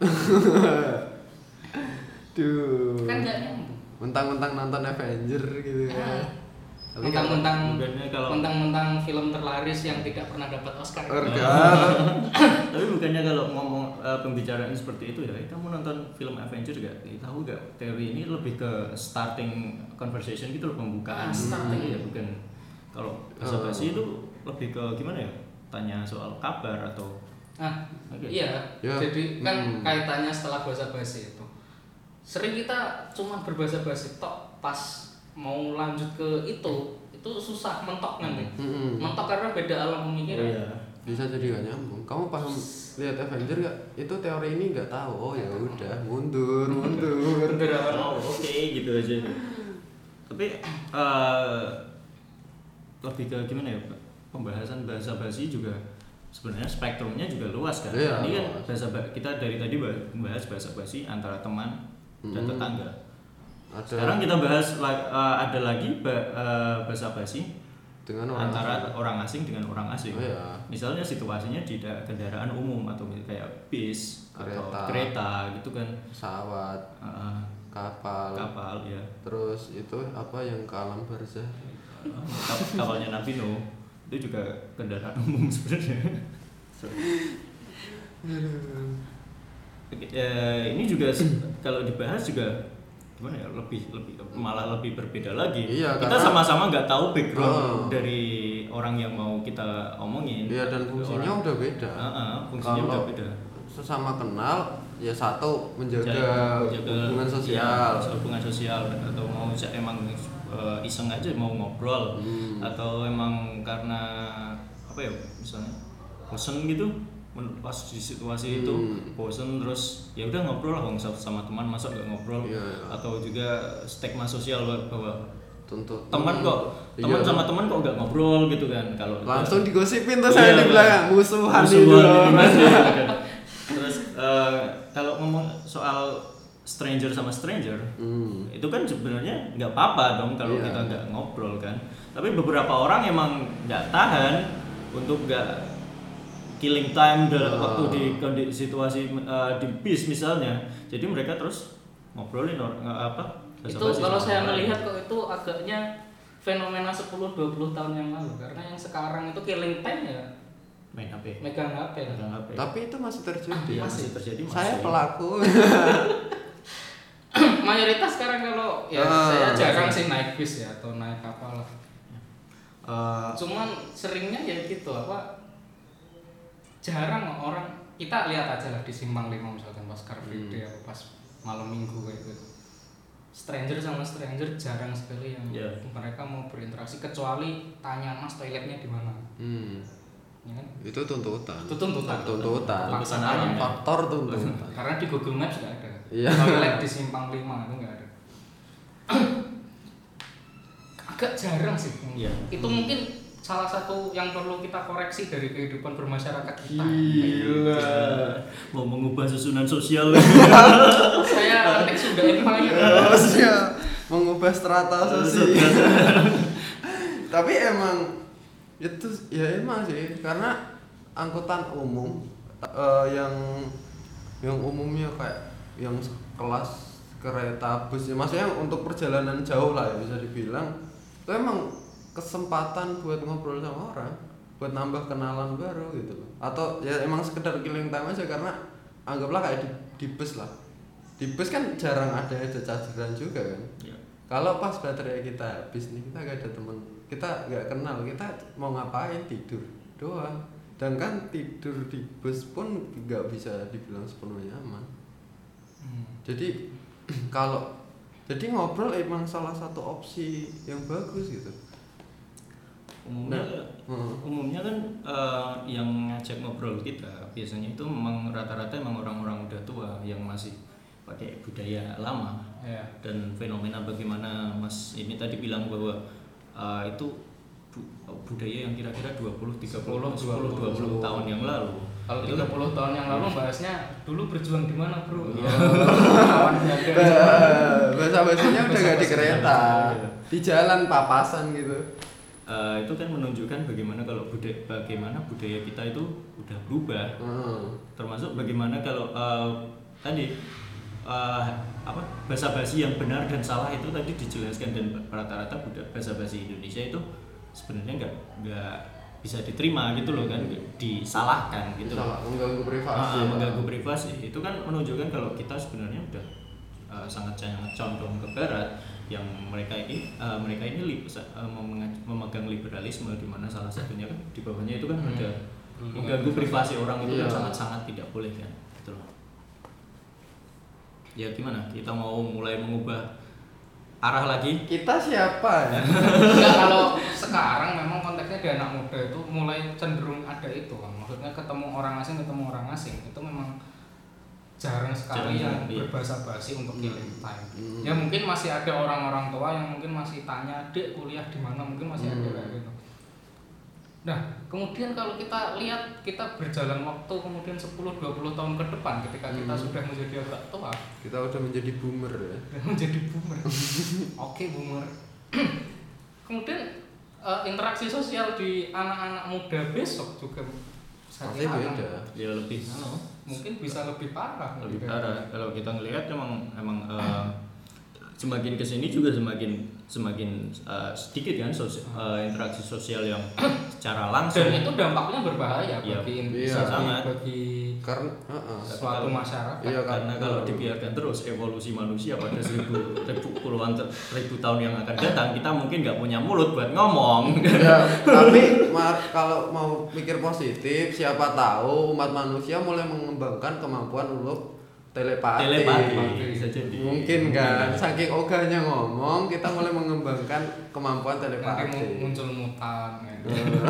Speaker 1: Duh.
Speaker 3: Kan nggak nyambung.
Speaker 1: Mentang-mentang nonton Avenger gitu ya. Tapi kan
Speaker 3: Mentang-mentang
Speaker 2: bukannya kalau-
Speaker 3: mentang-mentang film terlaris yang tidak pernah dapat Oscar.
Speaker 1: Orga.
Speaker 2: Tapi bukannya kalau ngomong uh, pembicaraan seperti itu ya, kamu nonton film Avenger gak? Tahu gak teori ini lebih ke starting conversation gitu loh, pembukaan.
Speaker 3: Ah, starting.
Speaker 2: ya, bukan. Kalau basa-basi itu lebih ke gimana ya? Tanya soal kabar atau
Speaker 3: Nah,
Speaker 2: Oke.
Speaker 3: iya.
Speaker 1: Ya.
Speaker 3: Jadi kan
Speaker 1: Hmm.
Speaker 3: kaitannya setelah basa-basi itu. Sering kita cuma berbasa-basi tok pas mau lanjut ke itu, itu susah mentok nanti.
Speaker 1: Mm-mm.
Speaker 3: Mentok karena beda alam pemikiran.
Speaker 2: Oh, iya.
Speaker 1: Bisa jadi gak nyambung. Kamu paham lihat Avenger gak? Itu teori ini gak tahu. Oh ya udah, mundur, mundur.
Speaker 3: Berbeda alam.
Speaker 2: Oh, oke gitu aja. Tapi uh, lebih ke gimana ya, pembahasan bahasa basi juga sebenarnya spektrumnya juga luas kan.
Speaker 1: Iya,
Speaker 2: Ini kan
Speaker 1: luas.
Speaker 2: bahasa kita dari tadi bahas bahasa basi antara teman dan
Speaker 1: Hmm.
Speaker 2: tetangga.
Speaker 1: Ada
Speaker 2: Sekarang kita bahas uh, ada lagi ba- uh, bahasa basi
Speaker 1: dengan orang
Speaker 2: antara
Speaker 1: asing.
Speaker 2: orang asing dengan orang asing.
Speaker 1: Oh, iya.
Speaker 2: Misalnya situasinya di da- kendaraan umum atau kayak bis atau
Speaker 1: Kereta.
Speaker 2: kereta gitu kan,
Speaker 1: pesawat,
Speaker 2: uh,
Speaker 1: kapal,
Speaker 2: kapal ya.
Speaker 1: terus itu apa yang ke alam barzah?
Speaker 2: Uh, kap- kapalnya Nabi Nuh itu juga kendaraan umum sebenarnya. Eh, ini juga se- kalau dibahas juga gimana ya, lebih lebih malah lebih berbeda lagi.
Speaker 1: Iya,
Speaker 2: Kita
Speaker 1: karena-
Speaker 2: sama-sama nggak tahu background
Speaker 1: Oh.
Speaker 2: dari orang yang mau kita omongin.
Speaker 1: Iya, dan fungsinya
Speaker 2: Orang-
Speaker 1: udah beda.
Speaker 2: Ah, ah, fungsinya
Speaker 1: Kalau
Speaker 2: udah beda.
Speaker 1: sesama kenal ya satu menjaga,
Speaker 2: Menjaga,
Speaker 1: hubungan
Speaker 2: ya,
Speaker 1: sosial.
Speaker 2: hubungan sosial atau mau ja- emang eh, iseng aja mau ngobrol
Speaker 1: Hmm.
Speaker 2: atau emang karena apa ya misalnya bosen gitu men- pas di situasi itu
Speaker 1: Hmm.
Speaker 2: bosen terus ya udah ngobrol lah Bang, sama teman masa nggak ngobrol.
Speaker 1: Iya, iya.
Speaker 2: Atau juga stigma sosial bahwa
Speaker 1: Tuntut
Speaker 2: teman kok teman
Speaker 1: Iya.
Speaker 2: sama teman kok nggak ngobrol gitu kan kalau
Speaker 1: langsung digosipin tuh
Speaker 2: Iya,
Speaker 1: saya di
Speaker 2: kan.
Speaker 1: belakang musuhan, itu.
Speaker 2: Musuhan ini mas, ya, kan. Terus eh, kalau ngomong soal stranger sama stranger
Speaker 1: Hmm.
Speaker 2: itu kan sebenarnya nggak apa-apa dong kalau
Speaker 1: Iya.
Speaker 2: kita nggak ngobrol kan, tapi beberapa orang emang nggak tahan untuk nggak killing time dalam
Speaker 1: Oh.
Speaker 2: waktu di kondi- situasi eh, di bis misalnya, jadi mereka terus ngobrolin or, eh, apa
Speaker 3: Itu
Speaker 2: basa-basi
Speaker 3: kalau
Speaker 2: sama
Speaker 3: saya
Speaker 2: orang lain.
Speaker 3: melihat kok itu agaknya fenomena sepuluh dua puluh tahun yang lalu, karena yang sekarang itu killing time ya
Speaker 2: main H P,
Speaker 3: megang H P.
Speaker 2: megang H P.
Speaker 1: Tapi itu masih terjadi.
Speaker 2: Iya,
Speaker 3: masih.
Speaker 2: masih terjadi masih.
Speaker 1: Saya pelaku.
Speaker 3: Mayoritas sekarang kalau ya
Speaker 1: Ah,
Speaker 3: saya jarang sih naik bis ya atau naik kapal lah.
Speaker 2: Eh,
Speaker 3: Cuman seringnya ya gitu apa jarang orang kita lihat aja lah di Simpang Lima misalkan pas Car Free Day atau pas malam minggu kayak gitu. Stranger sama stranger jarang sekali yang
Speaker 2: Yeah.
Speaker 3: mereka mau berinteraksi kecuali tanya Mas toiletnya di mana.
Speaker 1: Hmm.
Speaker 3: Ya kan?
Speaker 1: Itu tuntutan.
Speaker 3: Itu tuntutan.
Speaker 1: Tuntutan.
Speaker 3: Paksaan ya.
Speaker 1: Faktor tuntutan.
Speaker 3: Karena di Google Maps nggak ada.
Speaker 1: Iya.
Speaker 3: Toilet di Simpang Lima itu nggak ada. Agak jarang sih.
Speaker 2: Iya.
Speaker 3: Itu mungkin salah satu yang perlu kita koreksi dari kehidupan bermasyarakat kita.
Speaker 1: Gila.
Speaker 2: mau mengubah susunan sosial.
Speaker 3: Saya teks sudah empire.
Speaker 1: Harusnya mengubah strata sosial. Tapi emang itu ya emang sih karena angkutan umum eh, yang yang umumnya kayak yang kelas kereta bus ya maksudnya untuk perjalanan jauh lah ya bisa dibilang itu emang kesempatan buat ngobrol sama orang, buat nambah kenalan baru gitu loh. Atau ya emang sekedar killing time aja karena anggaplah kayak di, di bus lah. Di bus kan jarang ada ada chargeran juga kan.
Speaker 2: Ya.
Speaker 1: Kalau pas baterai kita habis nih kita gak ada temen, kita nggak kenal, kita mau ngapain tidur doang. Dan kan tidur di bus pun nggak bisa dibilang sepenuhnya aman.
Speaker 3: Hmm.
Speaker 1: Jadi kalau jadi ngobrol emang salah satu opsi yang bagus gitu.
Speaker 2: Umumnya
Speaker 1: Hmm.
Speaker 2: umumnya kan eh, yang ngajak ngobrol kita biasanya itu memang rata-rata emang orang-orang udah tua yang masih pakai budaya lama.
Speaker 3: Ya.
Speaker 2: Dan fenomena bagaimana Mas ini tadi bilang bahwa uh, itu bu- budaya yang kira-kira dua puluh, tiga puluh, sepuluh, dua puluh tahun yang lalu.
Speaker 3: Kalau
Speaker 2: Itu
Speaker 3: tiga
Speaker 2: kan-
Speaker 3: puluh tahun yang lalu bahasnya dulu berjuang di mana, Bro?
Speaker 2: Iya.
Speaker 3: Lawan Belanda.
Speaker 1: Bahasa bahasanya udah gak di
Speaker 3: Bahasa-bahasa
Speaker 1: kereta,
Speaker 2: iya.
Speaker 1: di jalan papasan gitu.
Speaker 2: uh, itu kan menunjukkan bagaimana kalau budaya bagaimana budaya kita itu udah berubah.
Speaker 1: Hmm.
Speaker 2: Termasuk bagaimana kalau uh, tadi uh, apa basa-basi yang benar dan salah itu tadi dijelaskan, dan rata-rata budak basa-basi Indonesia itu sebenarnya nggak nggak bisa diterima gitu loh kan, disalahkan gitu loh.
Speaker 1: Salah, mengganggu privasi.
Speaker 2: Ah, mengganggu privasi itu kan menunjukkan kalau kita sebenarnya udah uh, sangat sangat condong ke barat, yang mereka ini uh, mereka ini li, uh, memeng- memegang liberalisme, di mana salah satunya kan di bawahnya itu kan
Speaker 3: Hmm.
Speaker 2: ada mengganggu privasi orang itu kan
Speaker 1: Iya.
Speaker 2: sangat-sangat tidak boleh kan gitu loh. Ya gimana kita mau mulai mengubah arah lagi?
Speaker 1: Kita siapa ya?
Speaker 3: Enggak, kalau sekarang memang konteksnya di anak muda itu mulai cenderung ada itu kan. Maksudnya ketemu orang asing, ketemu orang asing itu memang jarang sekali
Speaker 2: jarang,
Speaker 3: yang
Speaker 2: iya.
Speaker 3: berbahasa basi untuk killing time.
Speaker 1: Hmm.
Speaker 3: Ya mungkin masih ada orang-orang tua yang mungkin masih tanya, "Dek, kuliah di mana?" Mungkin masih
Speaker 1: Hmm.
Speaker 3: ada kayak gitu. Nah, kemudian kalau kita lihat kita berjalan waktu kemudian sepuluh dua puluh tahun ke depan ketika kita
Speaker 1: Hmm.
Speaker 3: sudah menjadi agak tua,
Speaker 1: Kita udah menjadi boomer ya.
Speaker 3: menjadi boomer. Oke, boomer. Kemudian eh, interaksi sosial di anak-anak muda besok juga saya
Speaker 1: Pasti
Speaker 3: kira akan
Speaker 1: beda.
Speaker 2: Ya lebih anu,
Speaker 3: mungkin bisa lebih parah.
Speaker 2: lebih
Speaker 3: mungkin.
Speaker 2: parah. Kalau kita ngelihat emang emang uh, semakin kesini juga semakin semakin uh, sedikit kan sos- uh, interaksi sosial yang secara langsung.
Speaker 3: Dan itu dampaknya berbahaya
Speaker 2: Iya,
Speaker 3: bagi
Speaker 1: iya,
Speaker 3: bagi,
Speaker 2: sangat.
Speaker 3: bagi
Speaker 1: Karena heeh.
Speaker 3: suatu masyarakat.
Speaker 1: Iya,
Speaker 2: Karena kalau dibiarkan terus evolusi manusia pada seribu, ribu puluhan ter- ribu tahun yang akan datang, kita mungkin nggak punya mulut buat ngomong.
Speaker 1: Ya, tapi ma- kalau mau mikir positif, siapa tahu umat manusia mulai mengembangkan kemampuan untuk telepati.
Speaker 2: Telepati bisa jadi.
Speaker 1: Mungkin kan, saking ogahnya ngomong, kita mulai mengembangkan kemampuan
Speaker 3: Nanti
Speaker 1: telepati.
Speaker 3: mu- muncul mutan. Ya.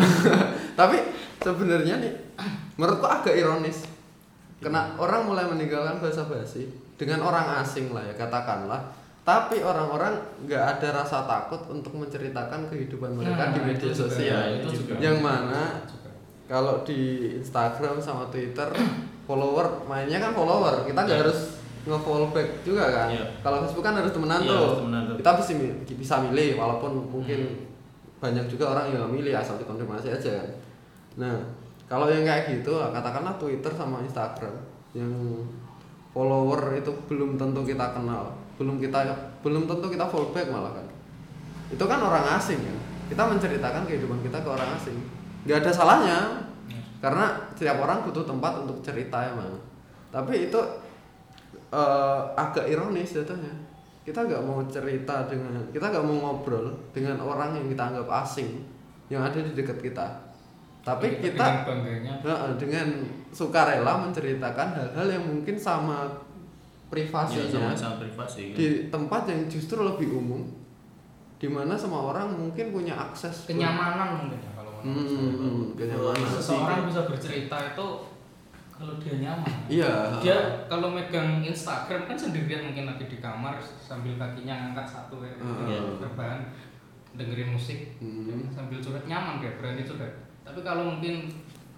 Speaker 1: Tapi sebenarnya nih, menurutku agak ironis. Kena orang mulai meninggalkan bahasa basi dengan orang asing lah ya katakanlah. Tapi orang-orang nggak ada rasa takut untuk menceritakan kehidupan mereka
Speaker 3: Nah,
Speaker 1: di media
Speaker 3: itu juga,
Speaker 1: sosial.
Speaker 2: itu juga.
Speaker 1: Yang mana
Speaker 3: Juga.
Speaker 1: kalau di Instagram sama Twitter follower mainnya kan follower, kita nggak
Speaker 2: Iya.
Speaker 1: harus nge-follow back juga kan.
Speaker 2: Iya.
Speaker 1: Kalau Facebook kan harus temenan
Speaker 2: Iya,
Speaker 1: tuh.
Speaker 2: harus temenan tuh.
Speaker 1: Kita bisa mi- bisa milih walaupun mungkin banyak juga orang yang nggak milih asal dikonfirmasi aja kan. Nah, kalau yang kayak gitu katakanlah Twitter sama Instagram yang follower itu belum tentu kita kenal, belum kita belum tentu kita follow back malah kan. Itu kan orang asing kan. Kita menceritakan kehidupan kita ke orang asing. Nggak ada salahnya. Karena setiap orang butuh tempat untuk cerita emang. Tapi itu uh, agak ironis jatuhnya. Kita nggak mau cerita dengan, kita nggak mau ngobrol dengan orang yang kita anggap asing yang ada di dekat kita. Tapi
Speaker 3: Dengan
Speaker 1: kita
Speaker 3: bangganya
Speaker 1: uh, dengan sukarela menceritakan hal-hal yang mungkin sama
Speaker 2: Ya,
Speaker 1: privasinya
Speaker 2: sama privasi.
Speaker 1: di tempat yang justru lebih umum, di mana semua orang mungkin punya akses buat-
Speaker 3: kenyamanan mungkin ya kalau menurut
Speaker 1: Hmm,
Speaker 3: saya.
Speaker 1: hmm, kenyamanan.
Speaker 3: Seseorang bisa bercerita itu kalau dia nyaman.
Speaker 1: Iya.
Speaker 3: Dia kalau megang Instagram kan sendirian mungkin lagi di kamar sambil kakinya ngangkat satu kayak gitu,
Speaker 1: Hmm.
Speaker 3: rebahan dengerin musik
Speaker 1: Hmm.
Speaker 3: sambil curhat, nyaman dia berani curhat. Tapi kalau mungkin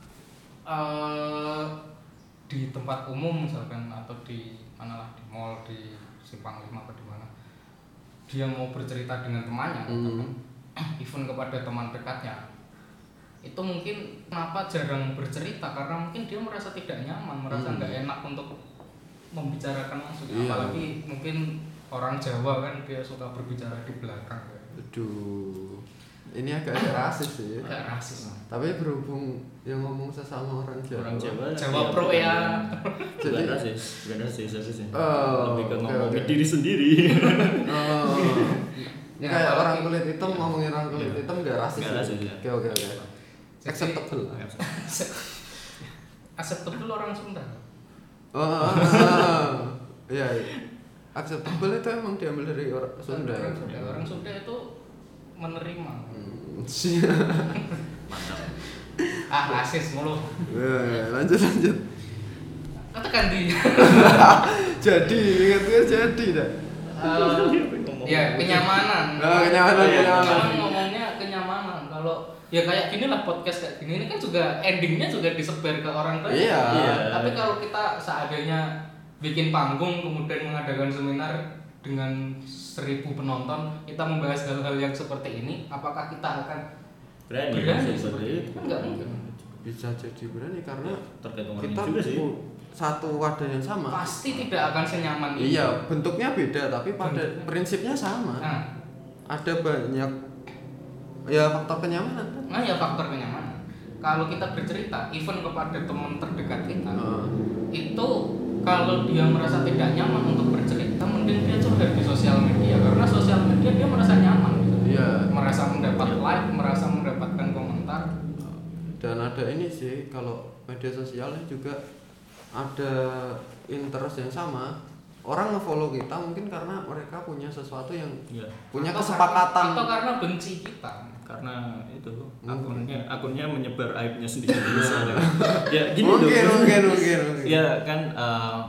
Speaker 3: eh, di tempat umum misalkan atau di mana lah, di mall, di Simpang Lima atau di mana, dia mau bercerita dengan temannya,
Speaker 1: Hmm.
Speaker 3: even kepada teman dekatnya, itu mungkin kenapa jarang bercerita karena mungkin dia merasa tidak nyaman, merasa
Speaker 1: Hmm.
Speaker 3: nggak enak untuk membicarakan langsung.
Speaker 1: Iya.
Speaker 3: Apalagi mungkin orang Jawa kan dia suka berbicara di belakang.
Speaker 1: Aduh, ini agak rasis sih.
Speaker 3: Agak rasis.
Speaker 1: Tapi berhubung yang ngomong sesama orang Jawa.
Speaker 2: Orang Jawa.
Speaker 3: Jawa
Speaker 2: ya,
Speaker 3: pro
Speaker 2: bukan-
Speaker 3: ya.
Speaker 2: Bukan
Speaker 1: Jadi-
Speaker 2: rasis, bukan rasis harusnya.
Speaker 1: Oh,
Speaker 2: Lebih ke
Speaker 1: oke,
Speaker 2: ngomongin
Speaker 1: oke.
Speaker 2: diri sendiri.
Speaker 1: Oh,
Speaker 3: Ya,
Speaker 1: kayak
Speaker 3: apalagi-
Speaker 1: orang kulit hitam ngomongin orang kulit
Speaker 2: Iya.
Speaker 1: hitam nggak rasis.
Speaker 2: Nggak
Speaker 1: ya?
Speaker 2: rasis, ya.
Speaker 1: Oke oke oke.
Speaker 3: Jadi-
Speaker 1: Acceptable.
Speaker 3: Acceptable orang Sunda.
Speaker 1: Oh, iya. iya. Acceptable itu emang diambil dari orang Sunda.
Speaker 3: Orang Sunda, orang Sunda itu menerima.
Speaker 1: Hmm, siap.
Speaker 3: Ah, rasis mulu.
Speaker 1: Ya, lanjut lanjut.
Speaker 3: Katakan di.
Speaker 1: Jadi, ingatnya jadi dah.
Speaker 3: Eh, ya kenyamanan.
Speaker 1: Oh, kenyamanan,
Speaker 3: Iya,
Speaker 1: kenyamanan.
Speaker 3: Sekarang ngomongnya kenyamanan. Kalau ya kayak gini lah podcast kayak gini ini kan juga endingnya juga disebar ke orang banyak.
Speaker 1: Iya.
Speaker 2: Iya.
Speaker 3: Tapi kalau kita seadanya bikin panggung kemudian mengadakan seminar dengan seribu penonton, kita membahas hal-hal yang seperti ini, apakah kita akan
Speaker 2: Berani,
Speaker 3: berani
Speaker 2: seperti
Speaker 3: seperti
Speaker 2: itu.
Speaker 3: itu? Kan nggak mungkin.
Speaker 1: Bisa jadi berani karena
Speaker 2: Tergantung orangnya
Speaker 1: kita
Speaker 2: juga sih.
Speaker 1: pu- satu wadah yang sama.
Speaker 3: Pasti tidak akan senyaman itu.
Speaker 1: Iya, bentuknya beda tapi pada
Speaker 3: Bentuknya.
Speaker 1: prinsipnya sama.
Speaker 3: Nah,
Speaker 1: Ada banyak ya faktor kenyamanan kan.
Speaker 3: nah ya faktor kenyamanan. Kalau kita bercerita, even kepada teman terdekat kita,
Speaker 1: Heeh.
Speaker 3: itu kalau dia merasa tidak nyaman untuk bercerita, mending dia curhat di sosial media karena sosial media dia merasa nyaman gitu.
Speaker 1: Iya.
Speaker 3: Merasa mendapat like, merasa mendapatkan komentar.
Speaker 1: Dan ada ini sih kalau media sosialnya juga ada interest yang sama. Orang nge-follow kita mungkin karena mereka punya sesuatu yang
Speaker 2: Iya.
Speaker 1: punya
Speaker 3: Atau
Speaker 1: kesepakatan.
Speaker 3: karena- atau karena benci kita.
Speaker 2: Karena itu
Speaker 1: Hmm.
Speaker 2: akunnya akunnya menyebar aibnya sendiri misalnya. Ya gini
Speaker 1: mungkin,
Speaker 2: loh.
Speaker 1: mungkin, mungkin, mungkin.
Speaker 2: Ya kan uh,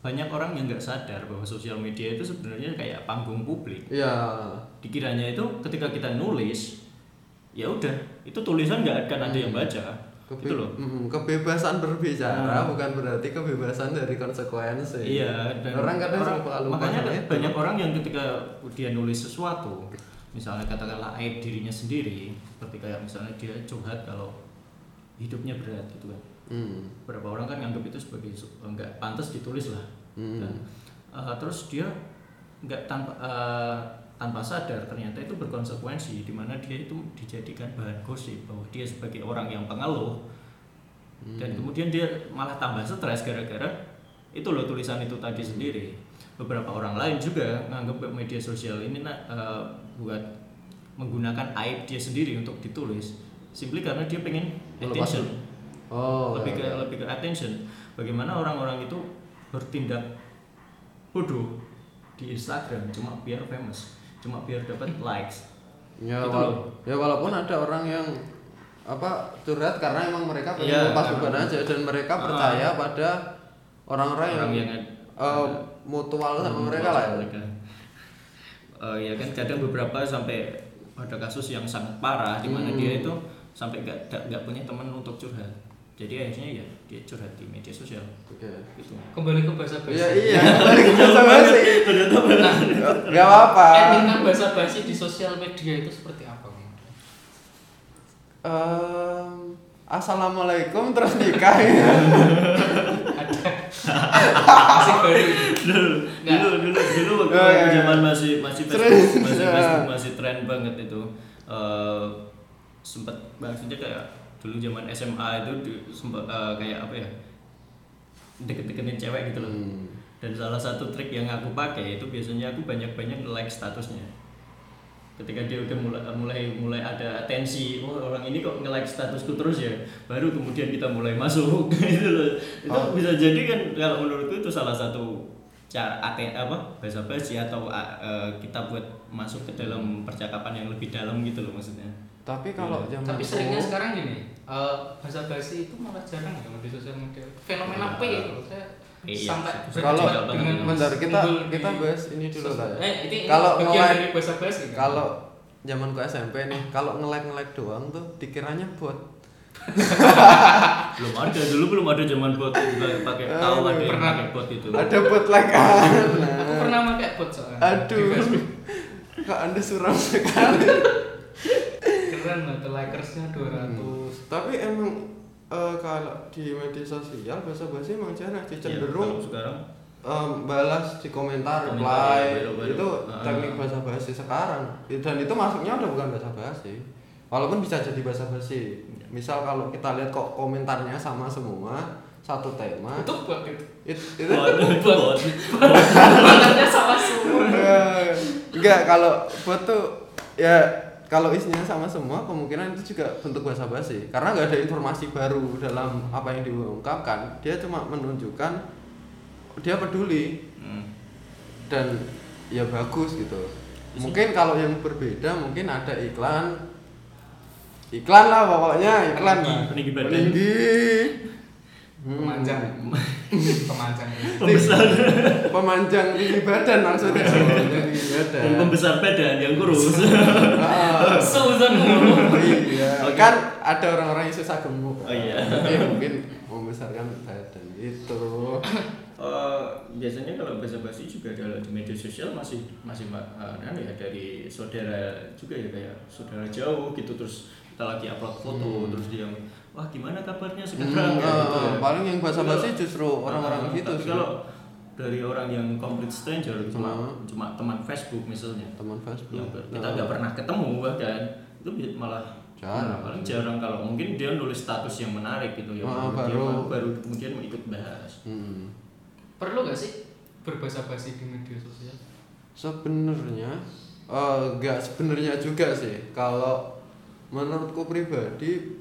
Speaker 2: banyak orang yang nggak sadar bahwa sosial media itu sebenarnya kayak panggung publik.
Speaker 1: Iya.
Speaker 2: Dikiranya itu ketika kita nulis, ya udah, itu tulisan nggak akan ada yang baca.
Speaker 1: Kebe-
Speaker 2: gitu loh.
Speaker 1: mm, kebebasan berbicara
Speaker 2: Hmm.
Speaker 1: bukan berarti kebebasan dari konsekuensi.
Speaker 2: Iya, dan
Speaker 1: orang kadang
Speaker 2: orang,
Speaker 1: suka lupa
Speaker 2: makanya
Speaker 1: sama
Speaker 2: kan
Speaker 1: itu.
Speaker 2: banyak orang yang ketika dia nulis sesuatu, misalnya katakanlah aib dirinya sendiri, seperti kayak misalnya dia curhat kalau hidupnya berat gitu kan.
Speaker 1: Hmm.
Speaker 2: Beberapa orang kan nganggap itu sebagai su- nggak pantas ditulis lah.
Speaker 1: Hmm.
Speaker 2: Dan uh, terus dia nggak tanpa uh, tanpa sadar ternyata itu berkonsekuensi, di mana dia itu dijadikan bahan gosip bahwa dia sebagai orang yang pengeluh.
Speaker 1: Hmm.
Speaker 2: Dan kemudian dia malah tambah stres gara-gara itu loh tulisan itu tadi sendiri. Beberapa orang lain juga nganggap media sosial ini nak uh, buat menggunakan aib dia sendiri untuk ditulis, simply karena dia pengen attention.
Speaker 1: Oh.
Speaker 2: lebih ke
Speaker 1: ya.
Speaker 2: lebih ke attention. Bagaimana orang-orang itu bertindak bodoh di Instagram cuma biar famous, cuma biar dapat likes.
Speaker 1: Ya,
Speaker 2: Gitu
Speaker 1: wala-
Speaker 2: loh.
Speaker 1: ya walaupun ada orang yang apa curhat karena emang mereka pengen
Speaker 2: Iya,
Speaker 1: lepas
Speaker 2: karena-
Speaker 1: beban aja dan mereka
Speaker 2: Ah.
Speaker 1: percaya pada orang-orang yang
Speaker 2: Orang yang
Speaker 1: eh, mutual sama mereka lah. Ya.
Speaker 2: mereka. Eh, ya kan kadang beberapa sampai ada kasus yang sangat parah di mana
Speaker 1: Hmm.
Speaker 2: dia itu sampai nggak nggak- nggak punya teman untuk curhat. Jadi akhirnya ya dia curhat di media sosial.
Speaker 1: Oke.
Speaker 2: Gitu.
Speaker 3: Kembali ke bahasa basi.
Speaker 1: Iya iya. Balik ke bahasa basi. Gak apa-apa.
Speaker 3: Etika bahasa basi di sosial media itu seperti apa?
Speaker 1: Em, Assalamualaikum terus nikah ya.
Speaker 3: Masih baru.
Speaker 2: dulu
Speaker 3: Nggak.
Speaker 2: dulu dulu dulu waktu
Speaker 1: Oh, iya, iya.
Speaker 2: zaman masih masih
Speaker 1: Terus,
Speaker 2: Facebook masih
Speaker 1: ya.
Speaker 2: Facebook masih tren banget itu. Eh sempat maksudnya kayak dulu zaman S M A itu di- sempat eh, kayak apa ya, deket-deketin cewek gitu loh.
Speaker 1: Hmm.
Speaker 2: Dan salah satu trik yang aku pakai itu biasanya aku banyak-banyak like statusnya. Ketika dia udah mulai mulai mulai ada atensi, oh orang ini kok nge-like statusku terus ya, baru kemudian kita mulai masuk gitu loh. Itu
Speaker 1: Oh.
Speaker 2: bisa jadi kan kalau menurutku itu salah satu cara ate apa bahasa basi atau uh, uh, kita buat masuk ke dalam percakapan yang lebih dalam gitu loh maksudnya.
Speaker 1: Tapi kalau
Speaker 2: Iya.
Speaker 1: zaman
Speaker 3: Tapi seringnya
Speaker 1: dulu-
Speaker 3: sekarang gini, eh, bahasa basi itu malah jarang ya di sosial media. Fenomena P itu saya
Speaker 2: Iya,
Speaker 3: sampai
Speaker 2: sebenarnya
Speaker 1: kalau
Speaker 2: juga
Speaker 3: dengan
Speaker 1: bentar kita
Speaker 3: muncul
Speaker 1: kita
Speaker 3: di
Speaker 1: bahas ini dulu lah ya.
Speaker 3: Eh, ini
Speaker 1: Kalau
Speaker 3: bagian
Speaker 1: nge-like-
Speaker 3: dari bahasa basi kan?
Speaker 1: Kalau zamanku S M P nih, kalau nge-like nge-like doang tuh dikiranya bot.
Speaker 2: Belum ada dulu belum ada zaman bot juga pakai tahu ada yang
Speaker 3: Pernah.
Speaker 2: pakai bot itu.
Speaker 1: Ada bot like kan.
Speaker 3: Aku pernah pakai bot soalnya. Di
Speaker 1: Aduh.
Speaker 3: Facebook.
Speaker 1: Kok Anda suram sekali.
Speaker 3: Keren lah, tuh likersnya dua ratus.
Speaker 1: Tapi emang eh, kalau di media sosial bahasa basi emang jarang sih,
Speaker 2: Iya,
Speaker 1: cenderung
Speaker 2: kalau sekarang
Speaker 1: em, balas di komentar,
Speaker 2: Komentar,
Speaker 1: reply
Speaker 2: iya, baru-baru.
Speaker 1: itu
Speaker 2: Ah.
Speaker 1: teknik bahasa basi sekarang. Dan itu masuknya udah bukan bahasa basi. Walaupun bisa jadi bahasa basi. Misal kalau kita lihat kok komentarnya sama semua, satu tema.
Speaker 3: Itu bot itu.
Speaker 1: It- itu
Speaker 2: bot itu bot.
Speaker 3: Komentarnya sama semua.
Speaker 1: Eh, enggak, kalau bot tuh ya kalau isinya sama semua kemungkinan itu juga bentuk bahasa basi karena nggak ada informasi baru dalam apa yang diungkapkan. Dia cuma menunjukkan dia peduli
Speaker 2: Hmm.
Speaker 1: dan ya bagus gitu. Mungkin kalau yang berbeda mungkin ada iklan iklan lah pokoknya iklan
Speaker 2: Peninggi,
Speaker 1: lah.
Speaker 2: peninggi badan.
Speaker 1: Peninggi. Hmm.
Speaker 3: Pemanjang. Pemanjang.
Speaker 2: Pembesar
Speaker 1: Pemanjang tinggi badan maksudnya. Tinggi badan.
Speaker 2: dan pembesar badan yang kurus.
Speaker 1: Ah.
Speaker 3: Suzon ngomong.
Speaker 1: Iya,
Speaker 2: Oke.
Speaker 1: kan ada orang-orang yang susah gemuk.
Speaker 2: Oh iya.
Speaker 1: Tapi mungkin membesarkan badan itu.
Speaker 2: Eh, biasanya kalau bahasa basi juga kalau di media sosial masih masih uh, ya dari saudara juga ya kayak saudara jauh gitu terus kita lagi upload foto
Speaker 1: Hmm.
Speaker 2: terus dia wah gimana kabarnya
Speaker 1: Hmm,
Speaker 2: sekarang kayak gitu ya.
Speaker 1: paling yang bahasa basi
Speaker 2: Kalau-
Speaker 1: justru orang-orang
Speaker 2: Ah,
Speaker 1: gitu
Speaker 2: tapi
Speaker 1: sih.
Speaker 2: kalau dari orang yang complete stranger cuma
Speaker 1: Hmm.
Speaker 2: cuma teman Facebook misalnya
Speaker 1: Teman Facebook.
Speaker 2: yang ber- kita
Speaker 1: Nah,
Speaker 2: nggak pernah ketemu bahkan itu bi- malah
Speaker 1: Jarang.
Speaker 2: paling jarang kalau mungkin dia nulis status yang menarik gitu ya
Speaker 1: Ah,
Speaker 2: baru, dia
Speaker 1: baru.
Speaker 2: mau- baru kemudian mau ikut bahas.
Speaker 1: Hmm.
Speaker 3: Perlu gak sih berbahasa basi di media sosial?
Speaker 1: Sebenarnya eh, enggak sebenarnya juga sih. Kalau menurutku pribadi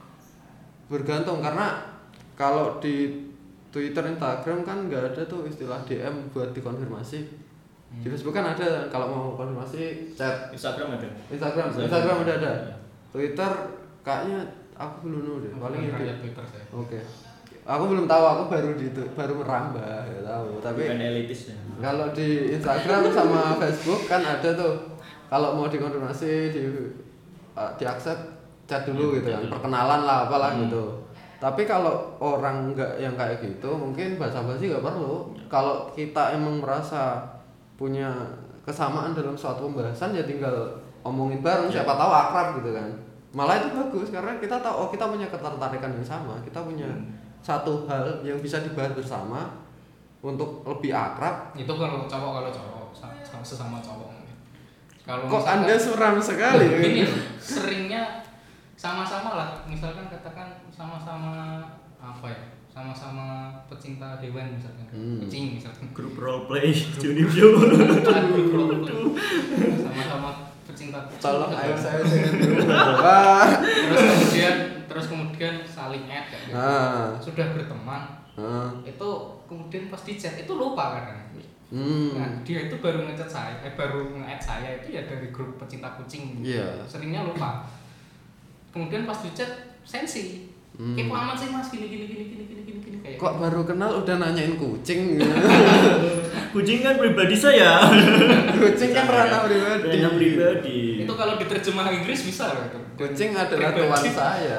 Speaker 1: bergantung karena kalau di Twitter, Instagram kan nggak ada tuh istilah D M buat dikonfirmasi. Di Facebook kan ada kalau mau konfirmasi chat.
Speaker 2: Instagram ada.
Speaker 1: Instagram, Instagram udah ada. Twitter kayaknya aku belum nemu deh. Paling
Speaker 3: Paling
Speaker 1: itu.
Speaker 3: rakyat Twitter saya.
Speaker 1: Oke. aku belum tahu, aku baru di baru merambah ya tahu. Tapi
Speaker 2: bukan elitis ya.
Speaker 1: Kalau di Instagram sama Facebook kan ada tuh, kalau mau dikonfirmasi di uh, diakses chat dulu gitu kan, perkenalan lah apalah hmm. gitu. Tapi kalau orang enggak yang kayak gitu mungkin basa-basi enggak perlu. Kalau kita emang merasa punya kesamaan dalam suatu pembahasan ya tinggal omongin bareng, yeah. siapa tahu akrab gitu kan. Malah itu bagus karena kita tahu oh kita punya ketertarikan yang sama, kita punya hmm. satu hal yang bisa dibahas bersama untuk lebih akrab.
Speaker 3: Itu kalau cowok kalau cowok sesama cowok. Kalau
Speaker 1: kok Anda suram sekali?
Speaker 3: Ini seringnya sama-sama lah, misalkan katakan sama-sama apa ya? Sama-sama pecinta hewan misalkan, hmm. kucing misalkan.
Speaker 2: Grup role play, Juni View.
Speaker 3: Grup role play. Sama-sama pecinta kucing.
Speaker 1: Tolong ayo saya jangan dulu.
Speaker 3: Terus kemudian terus kemudian saling add kayak gitu.
Speaker 1: Ah.
Speaker 3: Sudah berteman. Ah. Itu kemudian pas di chat itu lupa kan. Hmm. Nah, dia itu baru ngechat saya, eh baru nge-add saya itu ya dari grup pecinta kucing.
Speaker 1: Iya. Yeah.
Speaker 3: Seringnya lupa. Kemudian pas di chat sensi. Hmm. Kayak aman sih Mas gini gini gini gini gini gini kayak.
Speaker 1: Kok gitu. Baru kenal udah nanyain kucing.
Speaker 2: Kucing kan pribadi saya.
Speaker 1: Kucing kan ranah pribadi.
Speaker 2: Ranah pribadi.
Speaker 3: Itu kalau diterjemah Inggris bisa loh itu.
Speaker 1: Kucing adalah teman saya.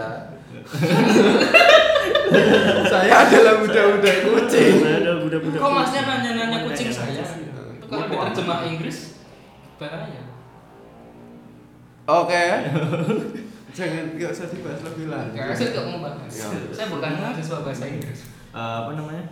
Speaker 1: Saya adalah budak-budak kucing.
Speaker 2: Saya adalah budak-budak.
Speaker 3: Kok Masnya nanya-nanya kucing saya? Itu kalau diterjemah Inggris bahaya.
Speaker 1: Oke. Jangan, nggak usah dibahas lebih lanjut.
Speaker 3: Ya, saya nggak mau bahas. Ya. Saya bukan mahasiswa bahasa Inggris.
Speaker 2: Uh, apa namanya?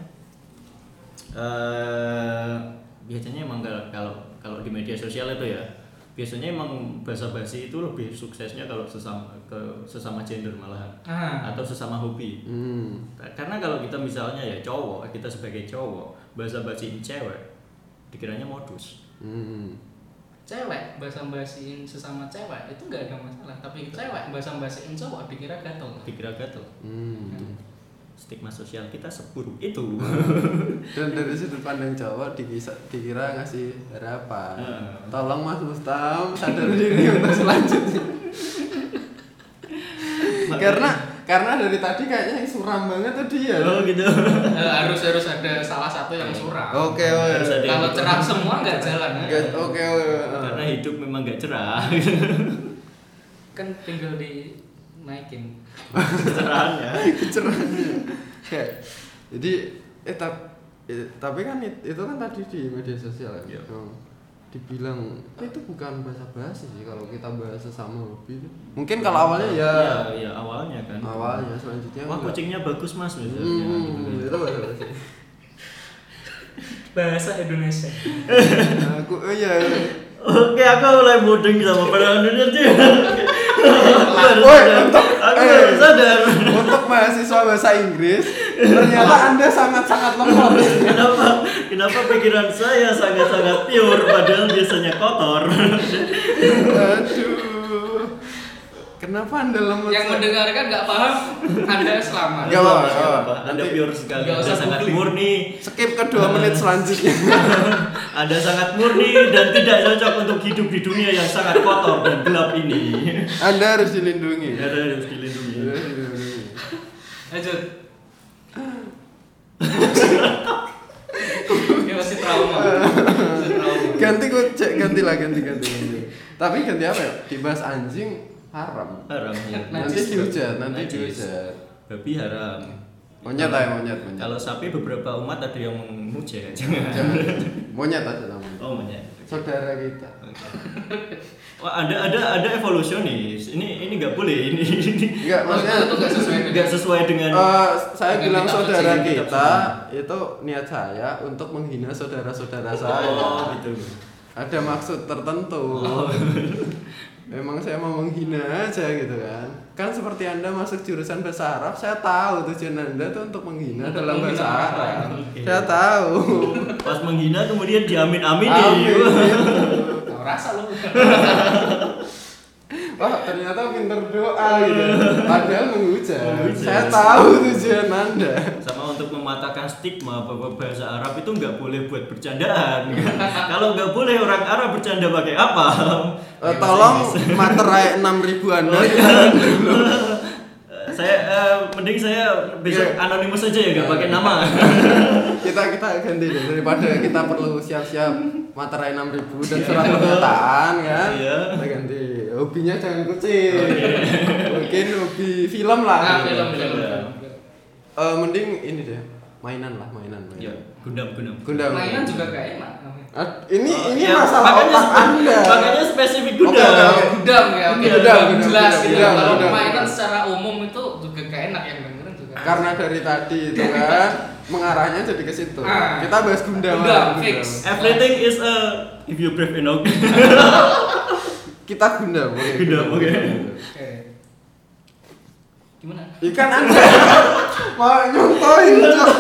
Speaker 2: Uh, biasanya emang kalau kalau di media sosial itu ya, biasanya emang basa-basi itu lebih suksesnya kalau sesama ke sesama gender malahan, ah. atau sesama hobi. Hmm. Karena kalau kita misalnya ya cowok, kita sebagai cowok basa-basiin cewek, dikiranya modus. Hmm.
Speaker 3: Cewek basa-basiin sesama cewek itu nggak ada masalah, tapi cewek basa-basiin cowok dikira gatel.
Speaker 2: Dikira gatel. Hmm. Hmm. Stigma sosial kita seburuk itu.
Speaker 1: Dan dari sudut pandang cowok dikira, dikira ngasih harapan. Hmm. Tolong Mas Mustam sadar diri untuk selanjutnya. karena karena dari tadi kayaknya yang suram banget tuh dia.
Speaker 2: Oh gitu.
Speaker 3: harus harus ada salah satu yang suram.
Speaker 1: Oke, okay,
Speaker 3: okay. Kalau cerah semua nggak jalan.
Speaker 1: Oke, okay, okay.
Speaker 2: Karena hidup memang nggak cerah.
Speaker 3: Kan tinggal dinaikin
Speaker 2: kecerahannya.
Speaker 1: Kecerahannya. Oke. Jadi eh, tap, eh tapi kan itu kan tadi di media sosial ya. Yeah. Oh. Dibilang itu bukan bahasa basi sih kalau kita bahas sesama hobi itu. Mungkin kalau awalnya ya
Speaker 2: ya, ya awalnya kan.
Speaker 1: Awalnya selanjutnya
Speaker 2: wah kucingnya bagus Mas misalnya.
Speaker 1: Hmm, gitu. Itu bahasa basi.
Speaker 3: Bahasa Indonesia.
Speaker 1: Aku oh iya.
Speaker 2: Oke, aku mulai bodeng sama pada Indonesia.
Speaker 1: Woi, untuk
Speaker 2: aku eh, sadar.
Speaker 1: Untuk mahasiswa bahasa Inggris, ternyata Anda sangat-sangat lemot.
Speaker 2: Kenapa? Kenapa pikiran saya sangat-sangat pure padahal biasanya kotor?
Speaker 1: Aduh. Kenapa Anda lemot?
Speaker 3: Yang mendengarkan enggak paham, Anda selamat.
Speaker 1: Enggak apa-apa.
Speaker 2: Anda pure sekali. Anda sangat murni.
Speaker 1: Skip ke dua menit selanjutnya.
Speaker 2: Anda sangat murni dan tidak cocok untuk hidup di dunia yang sangat kotor dan gelap ini.
Speaker 1: Anda harus dilindungi.
Speaker 2: Anda harus dilindungi.
Speaker 3: Lanjut. Ya masih trauma. Masih trauma.
Speaker 1: Ganti gue cek ganti lah ganti ganti. Tapi ganti apa ya? Dibahas anjing haram.
Speaker 2: Haram ya.
Speaker 1: Nanti dihujat, nanti dihujat.
Speaker 2: Babi haram.
Speaker 1: Monyet aja monyet, monyet.
Speaker 2: Kalau sapi beberapa umat ada yang memuja.
Speaker 1: Jangan. Monyet aja namanya.
Speaker 2: Oh monyet.
Speaker 1: Saudara kita.
Speaker 2: Wah ada ada ada evolusionis. Ini ini nggak boleh ini. ini.
Speaker 1: Enggak maksudnya
Speaker 3: itu nggak sesuai
Speaker 2: nggak sesuai dengan.
Speaker 1: Uh, saya
Speaker 3: dengan
Speaker 1: bilang
Speaker 3: kita
Speaker 1: saudara
Speaker 3: kita
Speaker 1: kita itu niat saya untuk menghina saudara-saudara saya.
Speaker 2: Oh gitu.
Speaker 1: Ada maksud tertentu. Oh. Memang saya mau menghina aja gitu kan. Kan seperti Anda masuk jurusan bahasa Arab, saya tahu tujuan Anda tuh untuk menghina untuk dalam bahasa Arab. Okay. Saya tahu.
Speaker 2: Pas menghina kemudian diamin-amini.
Speaker 1: Amin.
Speaker 3: Tahu rasa lu.
Speaker 1: Wah, ternyata pinter doa gitu. Padahal menghujat. Saya tahu tujuan Anda.
Speaker 2: Sama untuk mematahkan stigma bahwa bahasa Arab itu nggak boleh buat bercandaan. Kalau nggak boleh orang Arab bercanda pakai apa?
Speaker 1: Uh, tolong materai enam ribu Anda.
Speaker 2: Saya uh, mending saya besok yeah. anonimus aja ya, nggak pakai nama.
Speaker 1: kita kita ganti deh, daripada kita perlu siap-siap materai enam ribu dan surat pernyataan kan.
Speaker 2: Iya.
Speaker 1: Kita ganti hobinya jangan kucing. Okay. Mungkin hobi film lah.
Speaker 3: Nah, film film.
Speaker 1: Uh, mending ini deh, mainan lah, mainan. mainan.
Speaker 2: Ya, gundam gundam.
Speaker 1: Gundam.
Speaker 3: Mainan juga gak enak.
Speaker 1: Uh, ini
Speaker 2: oh,
Speaker 1: ini
Speaker 2: ya,
Speaker 1: masalah
Speaker 2: makanya,
Speaker 1: otak Anda.
Speaker 2: Makanya spesifik gundam.
Speaker 1: Okay, okay, okay.
Speaker 3: Gundam ya, oke.
Speaker 1: Gundam, gundam,
Speaker 3: jelas
Speaker 1: gundam,
Speaker 3: gitu.
Speaker 1: gundam,
Speaker 3: Kalau
Speaker 1: gundam.
Speaker 3: mainan secara umum itu juga gak enak yang dengerin juga.
Speaker 1: Karena dari tadi itu kan mengarahnya jadi ke situ.
Speaker 3: Ah.
Speaker 1: Kita bahas gundam.
Speaker 3: Gundam, fix.
Speaker 2: Everything is a if you brave enough.
Speaker 1: Kita gundam, oke. Okay,
Speaker 2: gundam, oke. Okay.
Speaker 3: Oke. Gimana?
Speaker 1: Ikan Anda mau nyontohin, Cok.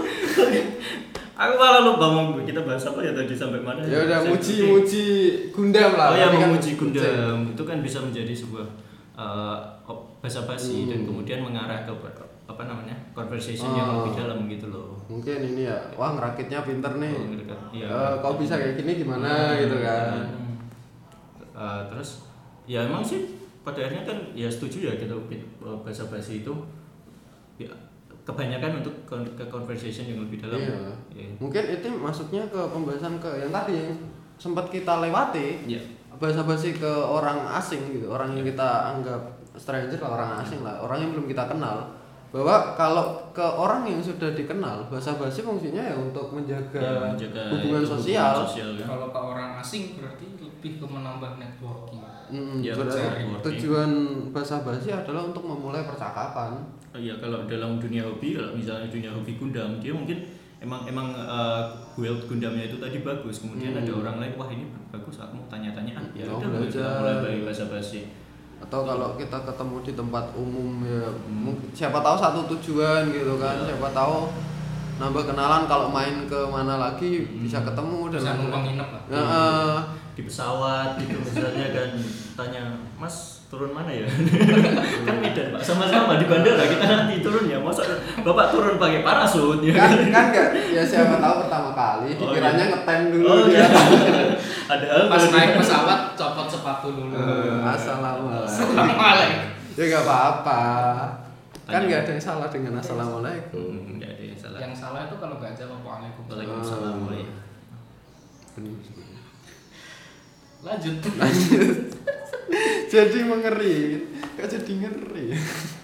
Speaker 2: Aku malah lupa mau kita bahas apa ya tadi sampai mana.
Speaker 1: Ya udah muji-muji Gundam lah.
Speaker 2: Oh ya,
Speaker 1: kan
Speaker 2: memuji Gundam itu kan bisa menjadi sebuah uh, bahasa basi hmm. dan kemudian mengarah ke apa namanya conversation oh. yang lebih dalam gitu loh.
Speaker 1: Mungkin ini ya, wah ngerakitnya pinter nih.
Speaker 2: Oh, gitu kan. Ya,
Speaker 1: uh, kau bisa kayak gini gimana hmm. gitu kan.
Speaker 2: Uh, terus ya emang sih pada akhirnya kan ya setuju ya kita bahasa basi itu ya kebanyakan untuk ke conversation yang lebih dalam.
Speaker 1: Iya.
Speaker 2: Ya.
Speaker 1: Mungkin itu masuknya ke pembahasan ke yang tadi yang sempat kita lewati.
Speaker 2: Iya.
Speaker 1: Bahasa basi ke orang asing gitu, orang yang kita anggap stranger lah, orang asing lah, orang yang belum kita kenal. Bahwa kalau ke orang yang sudah dikenal, bahasa basi fungsinya ya untuk menjaga, ya, menjaga hubungan sosial.
Speaker 2: Hubungan sosial kan?
Speaker 3: Kalau ke orang asing berarti lebih ke menambah networking.
Speaker 1: Hmm,
Speaker 2: ya,
Speaker 1: tujuan bahasa basi adalah untuk memulai percakapan.
Speaker 2: Oh, iya, kalau dalam dunia hobi, kalau misalnya dunia hobi Gundam, dia mungkin emang emang uh, build Gundamnya itu tadi bagus. Kemudian hmm. ada orang lain, wah ini bagus, aku mau tanya-tanya. Ah, ya
Speaker 1: oh,
Speaker 2: udah kita mulai dari bahasa basi.
Speaker 1: Atau kalau kita ketemu di tempat umum ya, hmm. siapa tahu satu tujuan gitu kan, ya. Siapa tahu nambah kenalan kalau main ke mana lagi hmm. bisa ketemu dan
Speaker 3: bisa numpang nginep lah.
Speaker 1: Ya, uh,
Speaker 2: di pesawat gitu misalnya kan tanya Mas turun mana ya kan Medan Pak sama-sama di bandara kita nanti turun ya masa Bapak turun pakai parasut ya
Speaker 1: kan kan enggak ya siapa tahu pertama kali
Speaker 2: oh,
Speaker 1: dikiranya
Speaker 2: iya.
Speaker 1: ngetem dulu
Speaker 2: oh,
Speaker 1: dia
Speaker 3: ada pas naik pesawat copot sepatu dulu
Speaker 1: uh, assalamualaikum
Speaker 3: assalamualaikum
Speaker 1: ya nggak apa-apa kan nggak ada yang salah dengan assalamualaikum
Speaker 2: nggak ada yang salah
Speaker 3: yang salah itu kalau nggak jawab
Speaker 2: waalaikumsalam
Speaker 3: lanjut
Speaker 1: lanjut jadi mengeri kok jadi ngeri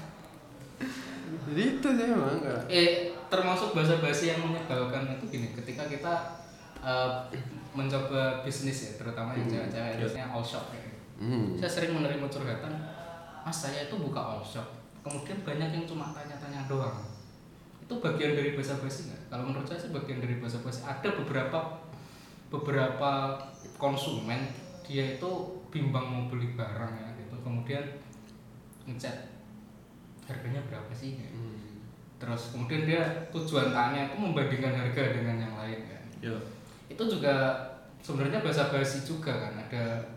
Speaker 1: jadi itu sih emang enggak
Speaker 3: eh termasuk bahasa basi yang menyebalkan itu gini ketika kita uh, mencoba bisnis ya terutama yang cewek-cewek biasanya all shop kayak gitu. Hmm. Saya sering menerima curhatan Mas saya itu buka all shop kemudian banyak yang cuma tanya-tanya doang itu bagian dari bahasa basi nggak? Kalau menurut saya sih bagian dari bahasa basi. Ada beberapa beberapa konsumen dia itu bimbang mau beli barang ya gitu kemudian ngechat harganya berapa sih ya? hmm. Terus kemudian dia tujuan tanya itu membandingkan harga dengan yang lain kan ya. Itu juga sebenarnya bahasa basi juga kan ada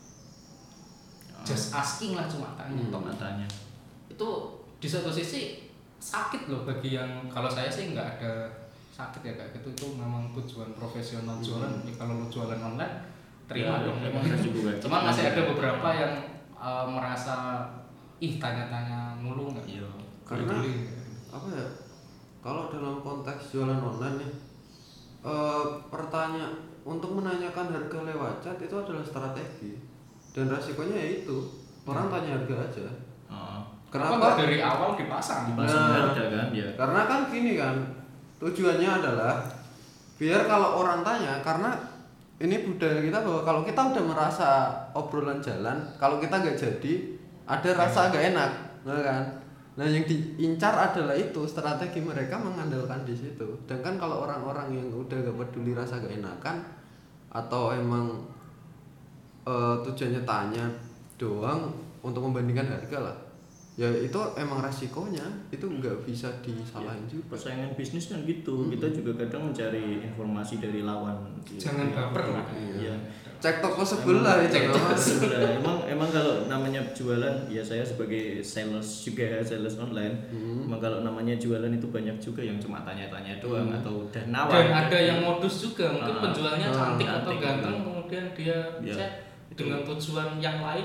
Speaker 3: just asking lah cuma tanya hmm.
Speaker 2: cuma tanya
Speaker 3: itu di satu sisi sakit loh bagi yang kalau saya sih nggak ada sakit ya kayak gitu itu memang tujuan profesional jualan hmm. ya, kalau lu jualan online terima ya, dong memang cuman masih ada beberapa yang uh, merasa ih tanya-tanya mulu nggak
Speaker 2: iya
Speaker 1: karena beli. Apa ya kalau dalam konteks jualan online nih uh, pertanyaan untuk menanyakan harga lewat chat itu adalah strategi dan resikonya ya itu orang hmm. tanya harga aja
Speaker 2: uh,
Speaker 1: kenapa
Speaker 3: dari awal dipasang
Speaker 2: dipasang
Speaker 1: nah,
Speaker 2: harga kan ya
Speaker 1: karena kan gini kan tujuannya adalah biar kalau orang tanya karena ini budaya kita bahwa kalau kita udah merasa obrolan jalan kalau kita nggak jadi ada rasa agak enak nah kan nah yang diincar adalah itu strategi mereka mengandalkan di situ dan kan kalau orang-orang yang udah gak peduli rasa gak enakan atau emang uh, tujuannya tanya doang untuk membandingkan harga lah ya itu emang resikonya itu nggak bisa disalahin ya, juga
Speaker 2: persaingan bisnis kan gitu hmm. kita juga kadang mencari informasi dari lawan
Speaker 3: jangan
Speaker 2: ya,
Speaker 3: baper lah
Speaker 2: ya.
Speaker 1: Cek toko sebelah
Speaker 2: emang,
Speaker 1: itu
Speaker 2: cek toko sebelah emang emang kalau namanya jualan ya saya sebagai sales juga sales online hmm. emang kalau namanya jualan itu banyak juga yang cuma tanya-tanya doang hmm. atau udah nawar
Speaker 3: dan ada yang modus juga mungkin nah, penjualnya
Speaker 2: nah,
Speaker 3: cantik
Speaker 2: nah,
Speaker 3: atau ganteng kemudian dia
Speaker 2: ya.
Speaker 3: cek dengan tujuan yang lain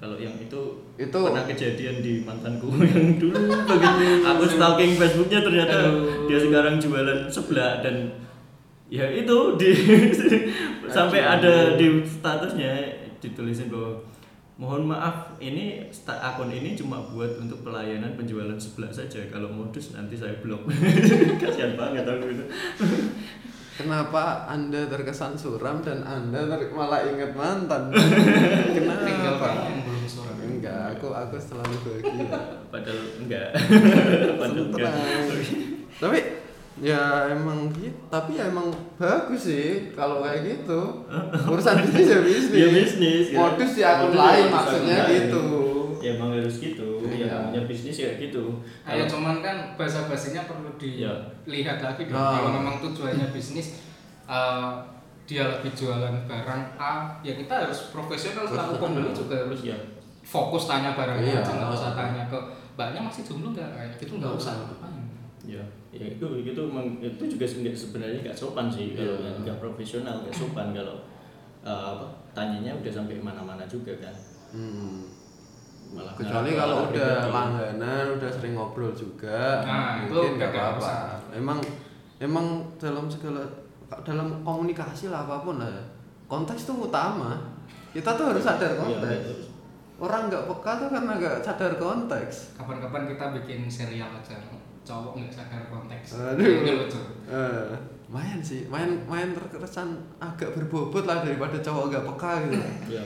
Speaker 2: Kalau yang itu,
Speaker 1: itu
Speaker 2: pernah kejadian di mantanku yang dulu begitu. Aku stalking Facebooknya ternyata Aduh. dia sekarang jualan seblak dan ya itu di sampai ada di statusnya ditulisin bahwa mohon maaf ini akun ini cuma buat untuk pelayanan penjualan seblak saja. Kalau modus nanti saya blok. Kasihan banget aku itu.
Speaker 1: Kenapa Anda terkesan suram dan Anda ter- malah ingat mantan? Kenapa?
Speaker 3: Tinggal kamu yang belum suram.
Speaker 1: Enggak, aku aku selalu bahagia.
Speaker 2: Padahal enggak. Padahal enggak.
Speaker 1: Tapi ya emang gitu, tapi ya emang bagus sih kalau kayak gitu. Urusan bisnis ya bisnis.
Speaker 2: Ya bisnis.
Speaker 1: Modus di akun lain maksudnya gitu.
Speaker 2: Ya emang harus gitu. Ya namanya bisnis ya gitu.
Speaker 3: Ayo cuman kan bahasa-bahasanya perlu dilihat ya. lagi dong. Oh. Kalau memang tujuannya bisnis uh, dia lagi jualan barang A, ya kita harus profesional selaku pembeli juga harus ya fokus tanya barangnya iya. aja, nggak usah tanya ke mbaknya masih jomblo nggak kayak gitu, nggak usah ngapain.
Speaker 2: Ya, ya itu itu itu juga sebenarnya nggak sopan sih kalau yeah. nggak profesional, nggak sopan kalau uh, apa tanyanya udah sampai mana-mana juga kan.
Speaker 1: Hmm. Malah kecuali kalau udah langganan, udah sering ngobrol juga,
Speaker 3: nah,
Speaker 1: mungkin nggak apa-apa. Emang emang dalam segala dalam komunikasi lah apapun lah, konteks itu utama. Kita tuh harus sadar konteks. Ya, orang nggak peka tuh karena nggak sadar konteks.
Speaker 3: Kapan-kapan kita bikin serial aja, cowok nggak sadar konteks.
Speaker 1: Aduh. Ini lucu. Uh, main sih, main main terkesan agak berbobot lah daripada cowok nggak peka gitu.
Speaker 2: Iya.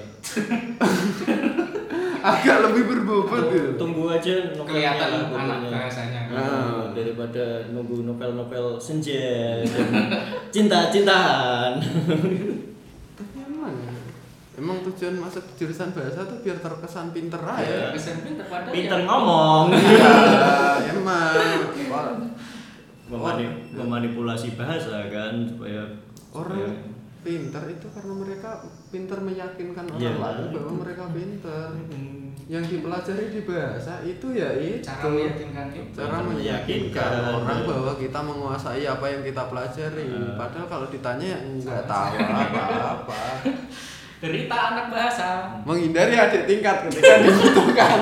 Speaker 1: Agak lebih berbobot gitu.
Speaker 2: Tunggu aja
Speaker 3: kelihatan anak bahasanya.
Speaker 2: Nah, daripada nunggu novel-novel senja dan cinta-cintaan.
Speaker 1: Tapi emang emang tujuan masuk jurusan bahasa tuh biar terkesan pinter aja.
Speaker 3: Kesan pinter padahal
Speaker 2: pinter ngomong.
Speaker 1: Iya, emang.
Speaker 2: Memanip, memanipulasi bahasa kan supaya
Speaker 1: orang
Speaker 2: supaya
Speaker 1: pinter itu karena mereka pinter meyakinkan orang yeah, lain bahwa mereka pinter. Hmm. Yang dipelajari di bahasa itu ya itu
Speaker 3: cara meyakinkan kita.
Speaker 1: Cara meyakinkan orang ya. bahwa kita menguasai apa yang kita pelajari. Uh. Padahal kalau ditanya ya nggak tahu apa-apa.
Speaker 3: Derita anak bahasa.
Speaker 1: Menghindari adik tingkat ketika dibutuhkan.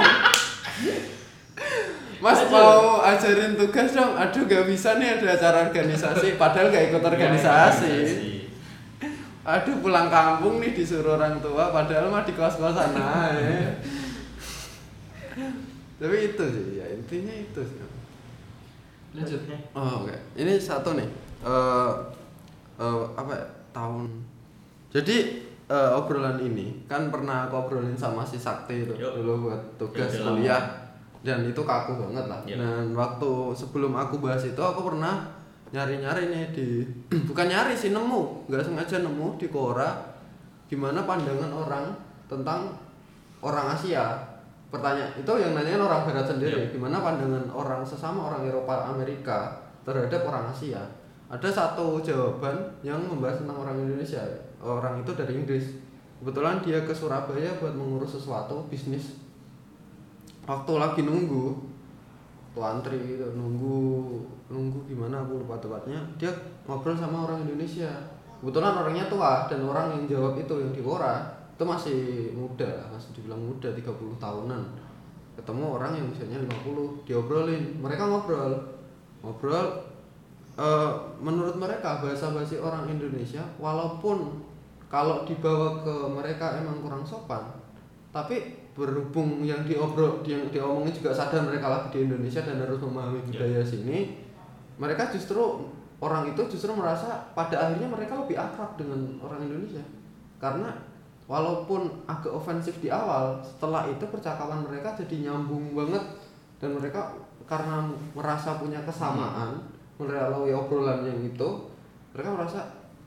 Speaker 1: Mas Aduh. mau ajarin tugas dong, aduh gak bisa nih ada acara organisasi, padahal gak ikut organisasi. Aduh pulang kampung nih disuruh orang tua, padahal mah di kos-kosan aja. Tapi itu sih, ya intinya itu sih.
Speaker 3: Lanjutnya.
Speaker 1: Oh oke, okay. Ini satu nih, uh, uh, apa ya, tahun. Jadi uh, obrolan ini kan pernah aku obrolin sama si Sakti itu dulu buat tugas ya, kuliah. Dan itu kaku banget lah. Yep. Dan waktu sebelum aku bahas itu aku pernah nyari-nyari nih di bukan nyari sih nemu, nggak sengaja nemu di Quora gimana pandangan orang tentang orang Asia. Pertanyaan itu yang nanyain orang Barat sendiri, yep. Gimana pandangan orang sesama orang Eropa Amerika terhadap orang Asia. Ada satu jawaban yang membahas tentang orang Indonesia. Orang itu dari Inggris. Kebetulan dia ke Surabaya buat mengurus sesuatu bisnis. Waktu lagi nunggu tuh antri gitu, nunggu nunggu gimana aku lupa tepatnya, dia ngobrol sama orang Indonesia. Kebetulan orangnya tua dan orang yang jawab itu yang di Quora itu masih muda, masih dibilang muda, tiga puluh tahunan. Ketemu orang yang usianya lima puluh, diobrolin, mereka ngobrol ngobrol uh, menurut mereka bahasa-bahasa orang Indonesia walaupun kalau dibawa ke mereka emang kurang sopan, tapi berhubung yang diobrol yang diomongin juga sadar mereka lagi di Indonesia dan harus memahami budaya yeah. sini, mereka justru orang itu justru merasa pada akhirnya mereka lebih akrab dengan orang Indonesia karena walaupun agak ofensif di awal, setelah itu percakapan mereka jadi nyambung banget dan mereka karena merasa punya kesamaan hmm. melalui obrolan yang itu, mereka merasa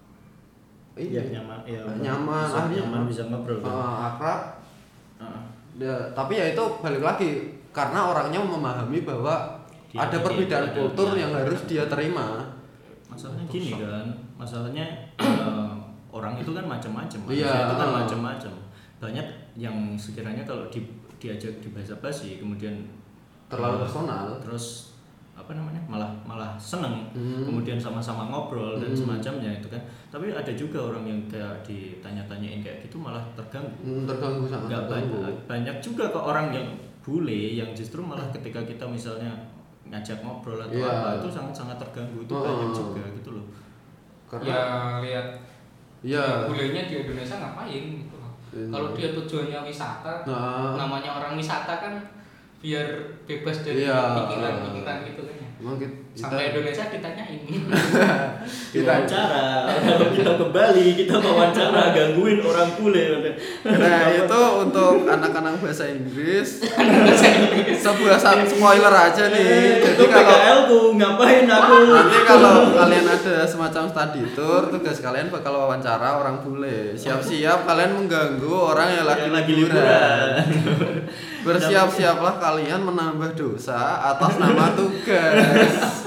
Speaker 1: ini
Speaker 2: ya, nyaman, ya,
Speaker 1: nyaman,
Speaker 2: bisa,
Speaker 1: akhirnya
Speaker 2: nyaman bisa ngobrol kan?
Speaker 1: uh, akrab.
Speaker 2: Uh.
Speaker 1: Ya, tapi ya itu balik lagi karena orangnya memahami bahwa dia ada perbedaan kultur yang ya. harus dia terima.
Speaker 2: Masalahnya gini kan, masalahnya uh, orang itu kan macam-macam, manusia
Speaker 1: yeah.
Speaker 2: itu kan macam-macam. Banyak yang sekiranya kalau di, diajak di bahasa basi kemudian
Speaker 1: terlalu
Speaker 2: uh,
Speaker 1: personal,
Speaker 2: terus apa namanya malah malah seneng
Speaker 1: hmm.
Speaker 2: kemudian sama-sama ngobrol dan
Speaker 1: hmm.
Speaker 2: semacamnya itu kan. Tapi ada juga orang yang kayak ditanya-tanyain kayak gitu malah terganggu.
Speaker 1: Hmm, terganggu sangat.
Speaker 2: Nggak
Speaker 1: terganggu.
Speaker 2: banyak, banyak juga kok orang yang bule yang justru malah ketika kita misalnya ngajak ngobrol atau
Speaker 1: yeah.
Speaker 2: apa itu sangat-sangat terganggu itu oh. banyak juga gitu loh.
Speaker 3: Karena ya lihat
Speaker 1: ya
Speaker 3: bulenya di Indonesia ngapain gitu loh. Kalau dia tujuannya wisata, nah. namanya orang wisata kan biar bebas dari yeah. pikiran-pikiran gitu kan ya. Kita, sampai Indonesia ditanyain.
Speaker 2: Kita wawancara, kalau kita kembali kita wawancara gangguin orang bule.
Speaker 1: Nah itu untuk anak-anak bahasa Inggris. Sebuah spoiler aja nih.
Speaker 2: Jadi kalau P K L ku ngapain aku?
Speaker 1: Nanti kalau kalian ada semacam study tour, tugas kalian bakal wawancara orang bule. Siap-siap kalian mengganggu orang yang lagi,
Speaker 2: lagi liburan.
Speaker 1: Bersiap-siaplah kalian menambah dosa atas nama tugas.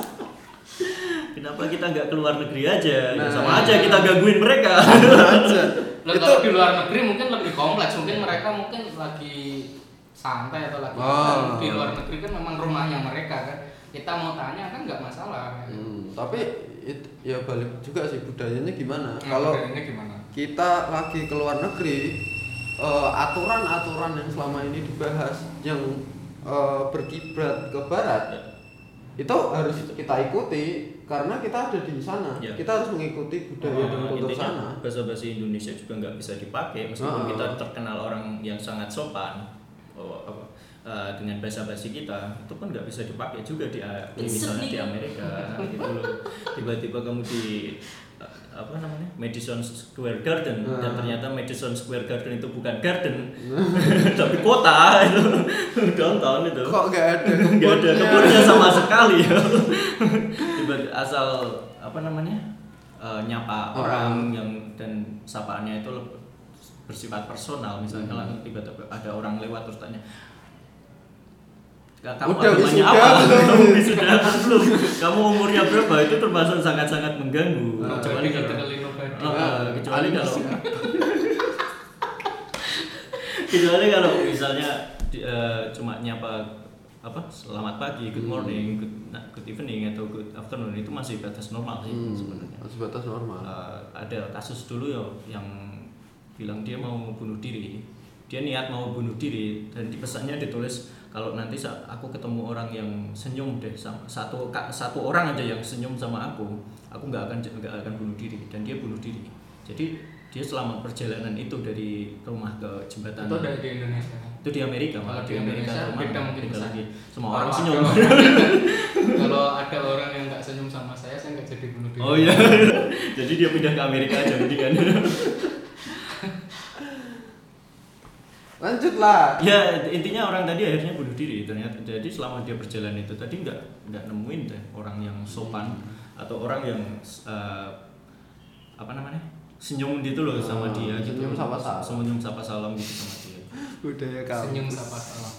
Speaker 2: Kenapa kita nggak keluar negeri aja? Nah, sama aja kita gangguin mereka.
Speaker 1: aja.
Speaker 3: Loh, itu kalau di luar negeri mungkin lebih kompleks. Mungkin mereka mungkin lagi santai atau lagi oh. Di luar negeri kan memang rumahnya mereka kan. Kita mau tanya kan nggak masalah.
Speaker 1: Hmm, tapi it, ya balik juga sih budayanya gimana?
Speaker 3: Ya,
Speaker 1: kalau
Speaker 3: budayanya gimana?
Speaker 1: Kita lagi ke luar negeri. Uh, aturan-aturan yang selama ini dibahas yang uh, berkiblat ke barat itu harus kita ikuti karena kita ada di sana ya. Kita harus mengikuti budaya dan
Speaker 2: oh,
Speaker 1: kultur sana.
Speaker 2: Bahasa-bahasa Indonesia juga nggak bisa dipakai meskipun uh, kita terkenal orang yang sangat sopan oh, apa, uh, dengan bahasa-bahasa kita itu pun nggak bisa dipakai juga di, di misalnya di Amerika gitu loh. Tiba-tiba kamu di apa namanya Madison Square Garden nah. Dan ternyata Madison Square Garden itu bukan garden tapi kota itu downtown itu
Speaker 1: kok nggak ada
Speaker 2: nggak ada kebunnya sama sekali tiba asal apa namanya uh, nyapa oh. orang yang dan sapaannya itu bersifat personal misalnya hmm. tiba-tiba ada orang lewat terus tanya kamu
Speaker 1: udah
Speaker 2: namanya apa? Kamu sudah belum? Kamu umurnya berapa? Itu termasuk sangat-sangat mengganggu.
Speaker 3: Nah, kecuali kalau
Speaker 2: uh, kecuali kalau kecuali kalau misalnya uh, cuma nyapa apa selamat pagi, good morning, good, good evening atau good afternoon itu masih batas normal sih hmm, sebenarnya.
Speaker 1: Masih batas normal.
Speaker 2: Uh, ada kasus dulu ya yang bilang dia mau bunuh diri. Dia niat mau bunuh diri dan di pesannya ditulis kalau nanti aku ketemu orang yang senyum deh sama satu satu orang aja yang senyum sama aku, aku nggak akan nggak akan bunuh diri dan dia bunuh diri. Jadi dia selama perjalanan itu dari rumah ke jembatan.
Speaker 3: Itu dari di Indonesia.
Speaker 2: Itu di Amerika malah di Amerika rumah
Speaker 3: beda mungkin
Speaker 2: lagi. Semua
Speaker 3: kalau
Speaker 2: orang senyum.
Speaker 3: Kalau ada orang yang nggak senyum sama saya, saya nggak jadi bunuh diri.
Speaker 2: Oh iya. Jadi dia pindah ke Amerika aja mendingan.
Speaker 1: Lanjutlah.
Speaker 2: Ya intinya orang tadi akhirnya bunuh diri ternyata. Jadi selama dia berjalan itu tadi nggak nggak nemuin deh orang yang sopan hmm. atau orang yang uh, apa namanya senyum gitu loh sama oh, dia gitu.
Speaker 1: Senyum sapa salam.
Speaker 2: Senyum sapa salam gitu sama dia.
Speaker 1: Budaya kamu.
Speaker 3: Senyum sapa salam.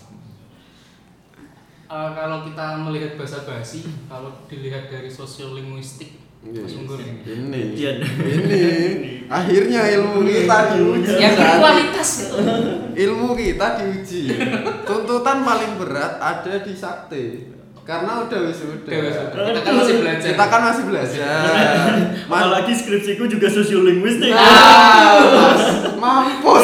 Speaker 3: Uh, kalau kita melihat bahasa basi, kalau dilihat dari sosiolinguistik
Speaker 1: Yes.
Speaker 3: ini.
Speaker 1: Ini, ini, akhirnya ilmu kita diuji.
Speaker 3: Yang berkualitas.
Speaker 1: Ilmu kita diuji. Tuntutan paling berat ada di sakti. Karena udah wisuda.
Speaker 3: Kita kan masih belajar.
Speaker 1: Kita kan masih belajar.
Speaker 2: Apalagi skripsiku juga sosiolinguistik.
Speaker 1: Ah, mampus.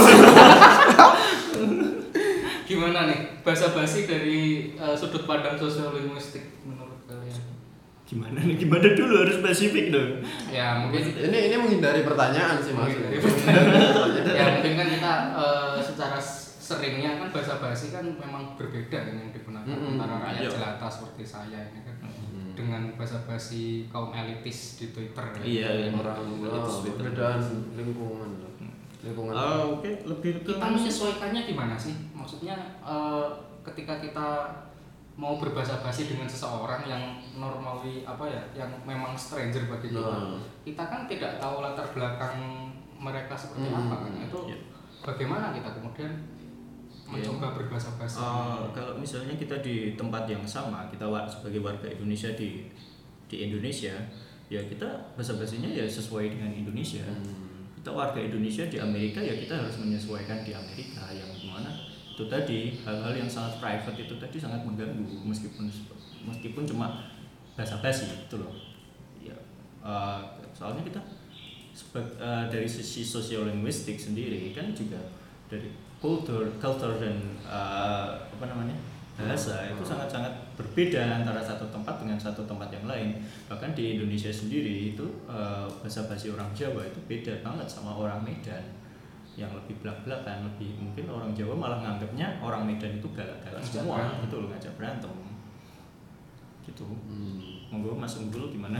Speaker 3: Gimana nih bahasa basi dari uh, sudut pandang sosiolinguistik menurut kalian?
Speaker 2: Gimana nih gimana dulu harus spesifik dong.
Speaker 3: Ya mungkin
Speaker 1: ini ini menghindari pertanyaan sih maksudnya.
Speaker 3: Ya mungkin kan kita uh, secara seringnya kan bahasa basi kan memang berbeda dengan yang digunakan mm-hmm. antara rakyat Yo. jelata seperti saya ini kan mm-hmm. dengan bahasa basi kaum elitis di Twitter.
Speaker 2: Iya,
Speaker 3: ya.
Speaker 1: orang oh, perbedaan lingkungan. Lingkungan.
Speaker 2: Oh, oke, okay. Lebih
Speaker 3: kita menyesuaikannya gimana sih? Maksudnya uh, ketika kita mau berbahasa basi dengan seseorang yang normally apa ya, yang memang stranger bagi kita, hmm. kita kan tidak tahu latar belakang mereka seperti hmm. apa kan? Itu yeah. bagaimana kita kemudian mencoba yeah. berbahasa basi?
Speaker 2: Uh, kalau misalnya kita di tempat yang sama, kita sebagai warga Indonesia di di Indonesia, ya kita bahasa basinya ya sesuai dengan Indonesia. Hmm. Kita warga Indonesia di Amerika ya kita harus menyesuaikan di Amerika yang mana itu tadi hal-hal yang sangat private itu tadi sangat mengganggu meskipun meskipun cuma basa-basi gitu loh. Ya, uh, soalnya kita sebag, uh, dari sisi sosiolinguistik sendiri kan juga dari kultur, culture dan uh, apa namanya bahasa itu sangat-sangat berbeda antara satu tempat dengan satu tempat yang lain. Bahkan di Indonesia sendiri itu uh, bahasa-basi orang Jawa itu beda banget sama orang Medan yang lebih belak-belakan, lebih mungkin orang Jawa malah nganggapnya orang Medan itu galak-galak semua, gitu loh, ngajak berantem gitu. hmm. Monggo Mas Unggul gimana?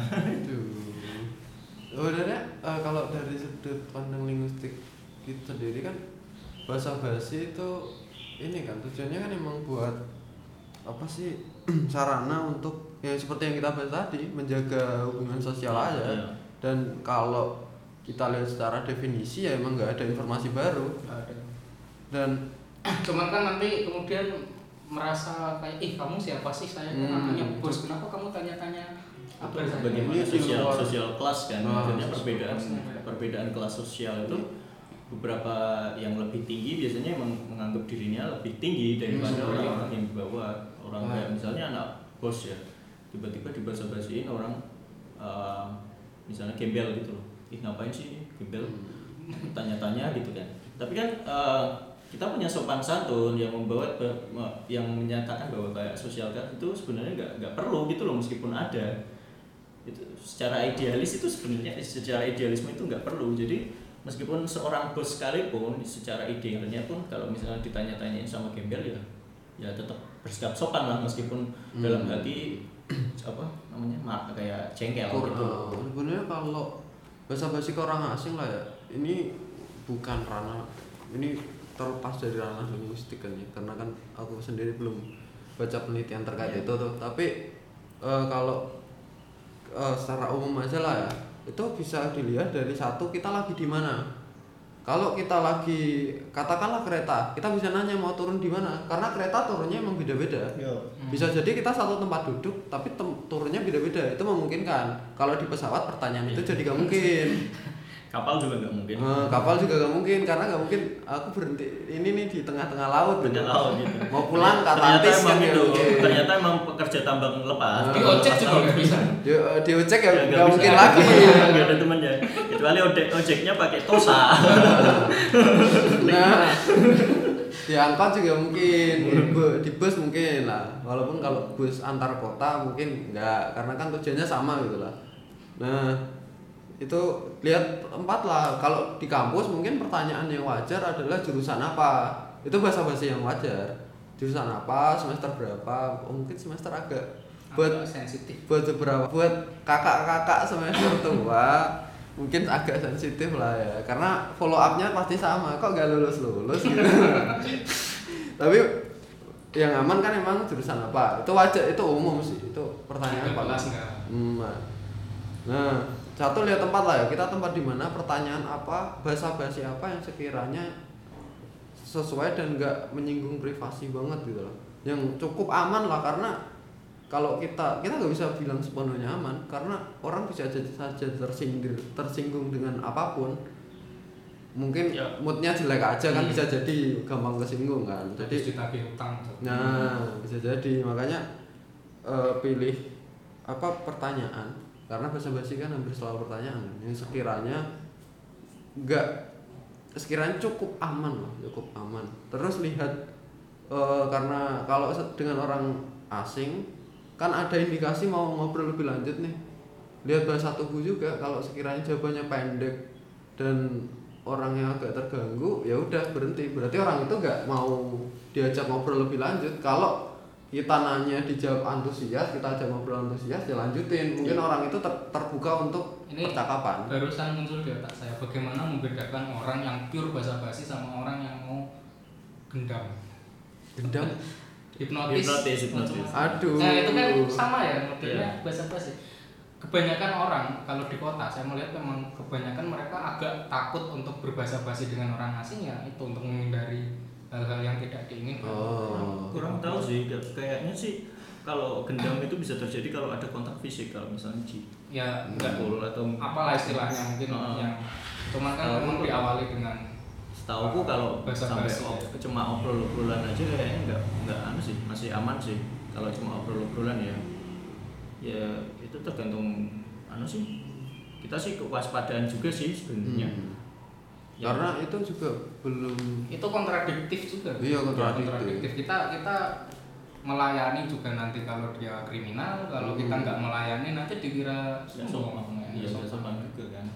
Speaker 1: Oh, udah uh, kalau dari sudut pandang linguistik kita sendiri kan bahasa basi itu ini kan tujuannya kan emang buat apa sih sarana untuk ya seperti yang kita bahas tadi, menjaga hubungan sosial aja. Iya. Dan kalau kita lihat secara definisi ya emang nggak ada informasi baru.
Speaker 3: Ada.
Speaker 1: Dan
Speaker 3: cuman kan nanti kemudian merasa kayak ih kamu siapa sih, saya kan
Speaker 1: hmm.
Speaker 3: namanya bos, kenapa kamu tanya-tanya apa
Speaker 2: itu bagaimana sosial sosial kelas kan, oh, maksudnya perbedaan kelas, perbedaan kelas sosial itu beberapa yang lebih tinggi biasanya emang menganggap dirinya lebih tinggi daripada hmm, orang-orang yang di bawah. Orang oh. kayak misalnya anak bos ya, tiba-tiba dibahas-bahasin orang uh, misalnya gembel gitu loh, ih ngapain sih gembel, hmm. tanya-tanya gitu kan. Tapi kan uh, kita punya sopan santun yang membawa yang menyatakan bahwa kayak sosial kan itu sebenarnya nggak nggak perlu gitu loh, meskipun ada itu secara idealis itu sebenarnya secara idealisme itu nggak perlu. Jadi meskipun seorang bos sekalipun secara idealnya pun kalau misalnya ditanya-tanyain sama gembel ya ya tetap bersikap sopan lah, meskipun hmm. dalam hati apa namanya mak kayak jengkel
Speaker 1: Kur,
Speaker 2: gitu.
Speaker 1: Uh, sebenarnya kalau basa-basi ke orang asing lah ya, ini bukan ranah, ini terlepas dari ranah linguistik kan ya, karena kan aku sendiri belum baca penelitian terkait yeah. itu tuh. Tapi uh, kalau uh, secara umum aja lah ya, itu bisa dilihat dari satu, kita lagi di mana. Kalau kita lagi katakanlah kereta, kita bisa nanya mau turun di mana, karena kereta turunnya emang beda-beda. Hmm. Bisa jadi kita satu tempat duduk tapi tem- turunnya beda-beda, itu memungkinkan. Kalau di pesawat pertanyaan yeah. itu jadi gak mungkin.
Speaker 2: Kapal juga nggak mungkin.
Speaker 1: Uh, kapal juga nggak mungkin, karena nggak mungkin aku berhenti ini nih di tengah-tengah laut.
Speaker 2: Tengah
Speaker 1: gitu.
Speaker 2: laut gitu.
Speaker 1: Mau pulang ke
Speaker 2: ternyata
Speaker 1: Atlantis
Speaker 2: emang
Speaker 1: kan
Speaker 2: itu.
Speaker 1: ya.
Speaker 2: Ternyata emang pekerja tambang lepas.
Speaker 3: Di uh, ojek juga nggak bisa.
Speaker 1: Di, uh, di ojek ya nggak
Speaker 2: ya,
Speaker 1: mungkin
Speaker 2: bisa.
Speaker 1: lagi.
Speaker 2: Nggak ada temannya. Kecuali ojek ojeknya pakai tosa.
Speaker 1: Nah, di angkot juga mungkin, di, bu, di bus mungkin lah. Walaupun kalau bus antar kota mungkin nggak, karena kan tujuannya sama gitu lah. Nah, itu lihat tempat lah. Kalau di kampus mungkin pertanyaan yang wajar adalah jurusan apa, itu bahasa-bahasa yang wajar. Jurusan apa, semester berapa, oh, mungkin semester agak buat
Speaker 3: agak sensitif,
Speaker 1: buat beberapa buat kakak-kakak semester tua mungkin agak sensitif lah ya, karena follow up-nya pasti sama, kok gak lulus-lulus gitu. Tapi yang aman kan emang jurusan apa, itu wajar, itu umum sih, itu pertanyaan paling. Hmm, nah, satu lihat tempat lah ya, kita tempat di mana, pertanyaan apa, bahasa-basi apa yang sekiranya sesuai dan nggak menyinggung privasi banget gitu loh, yang cukup aman lah. Karena kalau kita kita nggak bisa bilang sepenuhnya aman, karena orang bisa saja tersinggung tersinggung dengan apapun. Mungkin ya. Moodnya jelek aja kan, hmm. bisa jadi gampang kesinggung kan. Jadi
Speaker 3: ditagih utang.
Speaker 1: Nah, bisa jadi, makanya uh, pilih apa pertanyaan. Karena basa-basi kan hampir selalu pertanyaan yang sekiranya enggak sekiranya cukup aman loh, cukup aman. Terus lihat e, karena kalau dengan orang asing kan ada indikasi mau ngobrol lebih lanjut nih. Lihat bahasa tubuh juga, kalau sekiranya jawabannya pendek dan orangnya agak terganggu, ya udah berhenti. Berarti orang itu enggak mau diajak ngobrol lebih lanjut. Kalau kita nanya dijawab antusias, kita ajak ngobrol antusias, ya lanjutin. Mungkin ya. Orang itu ter- terbuka untuk ini percakapan.
Speaker 3: Barusan muncul di otak saya, bagaimana membedakan orang yang pure basa-basi sama orang yang mau gendam.
Speaker 1: Gendam?
Speaker 3: Hipnotis.
Speaker 2: Hipnotis, hipnotis.
Speaker 1: Aduh.
Speaker 3: Nah itu kan sama ya modelnya
Speaker 2: yeah.
Speaker 3: basa-basi. Kebanyakan orang kalau di kota saya melihat memang kebanyakan mereka agak takut untuk berbahasa-basi dengan orang asing, ya itu untuk menghindari hal-hal yang tidak diinginkan.
Speaker 1: Oh.
Speaker 2: Kurang tahu sih, kayaknya sih kalau gendam itu bisa terjadi kalau ada kontak fisik, kalau misalnya di
Speaker 3: ya enggak
Speaker 2: pukul atau
Speaker 3: apalah istilahnya mungkin uh, yang cuman kan memang diawali dengan
Speaker 2: setauku kalau sampai op, cuma obrol-obrolan aja kayaknya enggak enggak anu sih, masih aman sih kalau cuma obrol-obrolan ya. ya itu tergantung anu sih. Kita sih kewaspadaan juga sih sebenarnya.
Speaker 1: Hmm. Ya. Karena itu juga belum
Speaker 3: itu kontradiktif juga.
Speaker 1: Iya, kontradiktif.
Speaker 3: kontradiktif. Kita kita melayani juga nanti kalau dia kriminal, kalau hmm. kita nggak melayani nanti dikira sombong.
Speaker 2: Iya, sombong juga kan.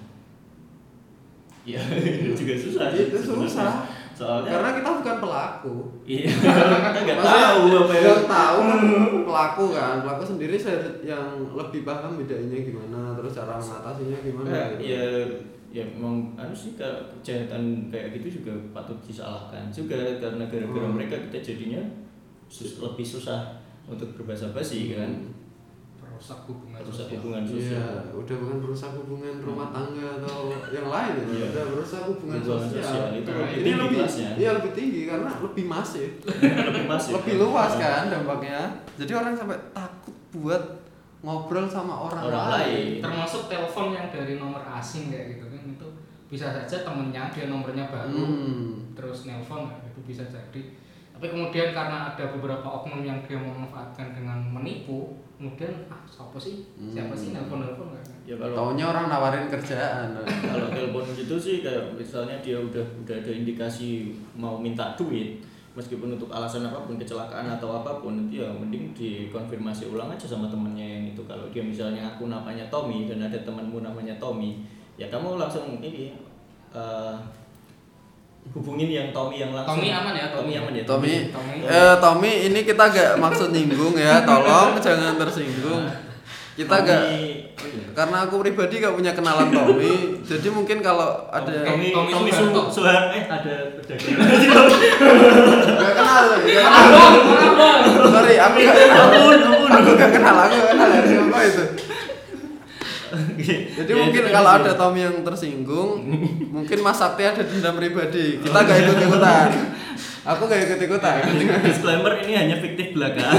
Speaker 2: Iya, itu juga susah.
Speaker 1: Itu susah.
Speaker 2: Soalnya
Speaker 1: karena kita bukan pelaku.
Speaker 2: Iya. Kita nggak tahu apa yang
Speaker 1: nggak tahu kan pelaku kan. Pelaku sendiri saya yang lebih paham bedanya gimana, terus cara mengatasinya gimana.
Speaker 2: Nah,
Speaker 1: gitu.
Speaker 2: Ya, ya memang harus sih kejahatan kayak gitu juga patut disalahkan juga karena gara-gara hmm. mereka kita jadinya sus- lebih susah untuk berbahasa basi kan.
Speaker 3: Merusak hubungan
Speaker 2: merusak
Speaker 3: sosial.
Speaker 2: hubungan sosial.
Speaker 1: Iya, udah bukan merusak hubungan rumah tangga atau yang lain ya,
Speaker 2: iya.
Speaker 1: udah merusak hubungan,
Speaker 2: hubungan
Speaker 1: sosial.
Speaker 2: sosial. Itu
Speaker 1: nah,
Speaker 2: lebih
Speaker 1: ini
Speaker 2: tinggi
Speaker 1: lebih,
Speaker 2: kelasnya.
Speaker 1: iya lebih tinggi karena lebih masif,
Speaker 2: lebih masif,
Speaker 1: lebih luas kan dampaknya. Jadi orang sampai takut buat ngobrol sama orang,
Speaker 2: orang
Speaker 1: lain.
Speaker 2: lain.
Speaker 3: Termasuk telepon yang dari nomor asing kayak gitu kan, itu bisa saja temennya dia nomornya baru,
Speaker 1: hmm.
Speaker 3: terus nelpon itu bisa jadi. Tapi kemudian karena ada beberapa oknum yang dia memanfaatkan dengan menipu, kemudian ah siapa sih siapa sih nelpon nelpon nggak?
Speaker 2: Ya kalau
Speaker 1: taunya orang nawarin kerjaan.
Speaker 2: kalau telepon gitu sih kayak misalnya dia udah udah ada indikasi mau minta duit, meskipun untuk alasan apapun, kecelakaan atau apapun, itu ya mending dikonfirmasi ulang aja sama temennya yang itu. Kalau dia misalnya aku namanya Tommy dan ada temanmu namanya Tommy, ya kamu langsung ini uh, hubungin yang Tommy yang langsung.
Speaker 3: Tommy aman ya,
Speaker 2: Tommy aman ya.
Speaker 1: Tommy,
Speaker 3: Tommy.
Speaker 1: eh Tommy ini kita gak maksud nyinggung ya, tolong jangan tersinggung. Kita
Speaker 2: Tommy,
Speaker 1: gak,
Speaker 2: oh iya.
Speaker 1: karena aku pribadi gak punya kenalan Tommy, jadi mungkin kalau ada
Speaker 2: Tommy
Speaker 3: Tommy
Speaker 2: Tommy
Speaker 3: Suharto.
Speaker 2: Su- Suharto eh ada pedagang.
Speaker 1: gak kenal, gak kenal. Sorry, aku gak kenal.
Speaker 2: Ampun, ampun.
Speaker 1: Aku gak kenal, aku gak kenal ya, siapa itu. Jadi
Speaker 2: Ya,
Speaker 1: mungkin
Speaker 2: itu
Speaker 1: kalau
Speaker 2: sih.
Speaker 1: ada Tommy yang tersinggung, mungkin Mas Sakti ada dendam pribadi. Kita gak ikut-ikutan. Aku gak ikut-ikutan.
Speaker 2: Disclaimer ini hanya fiktif belaka.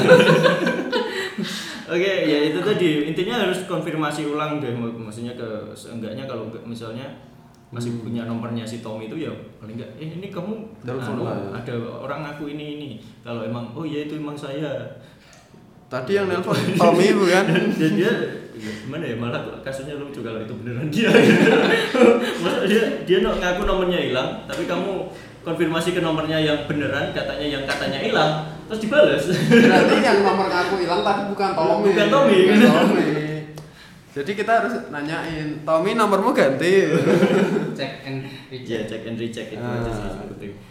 Speaker 2: Oke, ya itu tadi intinya harus konfirmasi ulang deh, maksudnya ke seenggaknya kalau misalnya masih
Speaker 1: Hmm.
Speaker 2: punya nomornya si Tommy itu ya paling enggak eh ini kamu
Speaker 1: Telepon
Speaker 2: anu,
Speaker 1: lah ya.
Speaker 2: ada orang aku ini ini kalau emang oh iya itu emang saya.
Speaker 1: Tadi yang nelpon Tommy bukan?
Speaker 2: Dan dia ya, gimana ya malah kasusnya lucu kalau itu beneran dia. Masa dia dia no- ngaku nomornya hilang tapi kamu konfirmasi ke nomornya yang beneran katanya yang katanya hilang terus dibales.
Speaker 1: Berarti yang nomor aku hilang tadi bukan Tommy.
Speaker 2: Bukan Tommy.
Speaker 1: Bukan Tommy. Jadi kita harus nanyain, Tommy nomormu ganti.
Speaker 3: Check and
Speaker 2: Ya
Speaker 3: recheck.
Speaker 2: check and recheck itu
Speaker 1: Ah.
Speaker 2: aja sih seperti itu.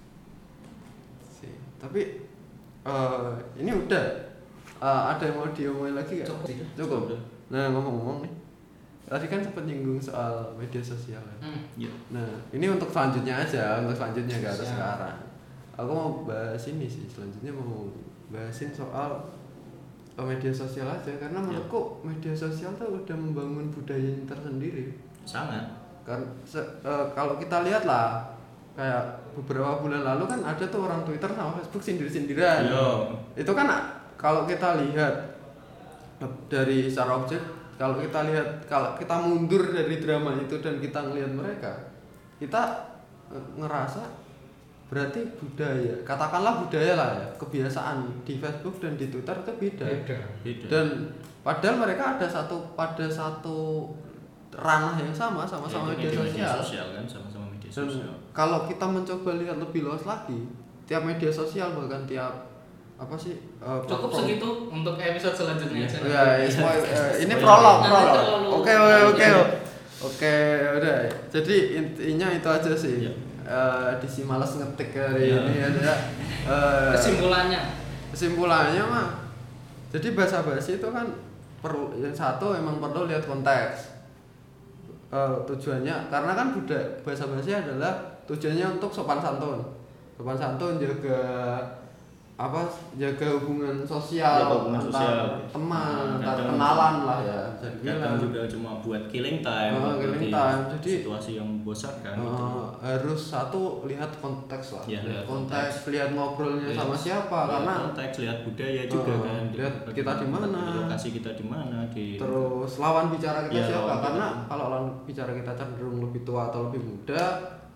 Speaker 1: Tapi eh, ini udah Eh, ada yang mau diomongin lagi gak?
Speaker 3: Cukup.
Speaker 1: Cukup. Nah ngomong-ngomong nih, tadi kan sempat nyinggung soal media sosial kan.
Speaker 3: Hmm.
Speaker 2: Ya.
Speaker 1: Nah ini untuk selanjutnya aja, untuk selanjutnya gak harus
Speaker 3: Siap.
Speaker 1: sekarang. Aku mau bahas ini sih, selanjutnya mau bahasin soal eh, media sosial aja, karena menurutku media sosial tuh udah membangun budaya tersendiri.
Speaker 2: Sangat.
Speaker 1: Kan se- eh, kalau kita lihat lah, kayak beberapa bulan lalu kan ada tuh orang Twitter sama Facebook sindir-sindiran.
Speaker 2: Yo.
Speaker 1: Itu kan kalau kita lihat dari secara objek, kalau kita lihat kalau kita mundur dari drama itu dan kita ngelihat mereka, kita ngerasa berarti budaya, katakanlah budaya lah ya, kebiasaan di Facebook dan di Twitter itu beda.
Speaker 3: Beda.
Speaker 2: Beda.
Speaker 1: Dan padahal mereka ada satu pada satu ranah yang sama, sama-sama
Speaker 2: Ya,
Speaker 1: media
Speaker 2: itu
Speaker 1: sosial.
Speaker 2: sosial kan sama-sama media
Speaker 1: Dan
Speaker 2: sosial.
Speaker 1: kalau kita mencoba lihat lebih luas lagi, tiap media sosial bahkan tiap apa sih uh,
Speaker 3: Cukup
Speaker 1: platform-
Speaker 3: segitu untuk episode selanjutnya aja.
Speaker 1: Ya, ya, spoil, eh, ini
Speaker 2: Spoiler.
Speaker 1: prolog,
Speaker 3: Nanti
Speaker 1: prolog.
Speaker 3: terlalu-
Speaker 1: Oke, oke, oke. Oke, udah. Jadi intinya itu aja sih.
Speaker 2: Ya.
Speaker 1: Eh, di si malas ngetik hari
Speaker 2: Ya.
Speaker 1: ini ada eh,
Speaker 3: Kesimpulannya.
Speaker 1: kesimpulannya mah. Jadi bahasa basi itu kan perlu yang satu emang perlu lihat konteks. Eh, tujuannya karena kan budaya bahasa basi adalah tujuannya untuk sopan santun. Sopan santun jaga apa jaga hubungan sosial
Speaker 2: Jaga hubungan
Speaker 1: antar
Speaker 2: sosial.
Speaker 1: teman,
Speaker 2: Nah,
Speaker 1: antar
Speaker 2: kadang-
Speaker 1: kenalan lah ya. bisa
Speaker 2: Kadang
Speaker 1: dibilang.
Speaker 2: juga cuma buat killing time,
Speaker 1: Oh,
Speaker 2: buat
Speaker 1: killing
Speaker 2: di
Speaker 1: time. Jadi-
Speaker 2: situasi yang membosankan
Speaker 1: Eh,
Speaker 2: gitu.
Speaker 1: harus satu lihat konteks lah.
Speaker 2: Ya,
Speaker 1: lihat
Speaker 2: lihat
Speaker 1: konteks, lihat ngobrolnya
Speaker 2: Yes.
Speaker 1: sama siapa
Speaker 2: Lihat
Speaker 1: karena
Speaker 2: konteks, lihat budaya juga
Speaker 1: Oh,
Speaker 2: kan.
Speaker 1: lihat kita di mana.
Speaker 2: Lokasi kita di mana di
Speaker 1: terus lawan bicara kita
Speaker 2: Ya,
Speaker 1: siapa
Speaker 2: lawan
Speaker 1: karena
Speaker 2: bicara.
Speaker 1: kalau lawan bicara kita cenderung lebih tua atau lebih muda,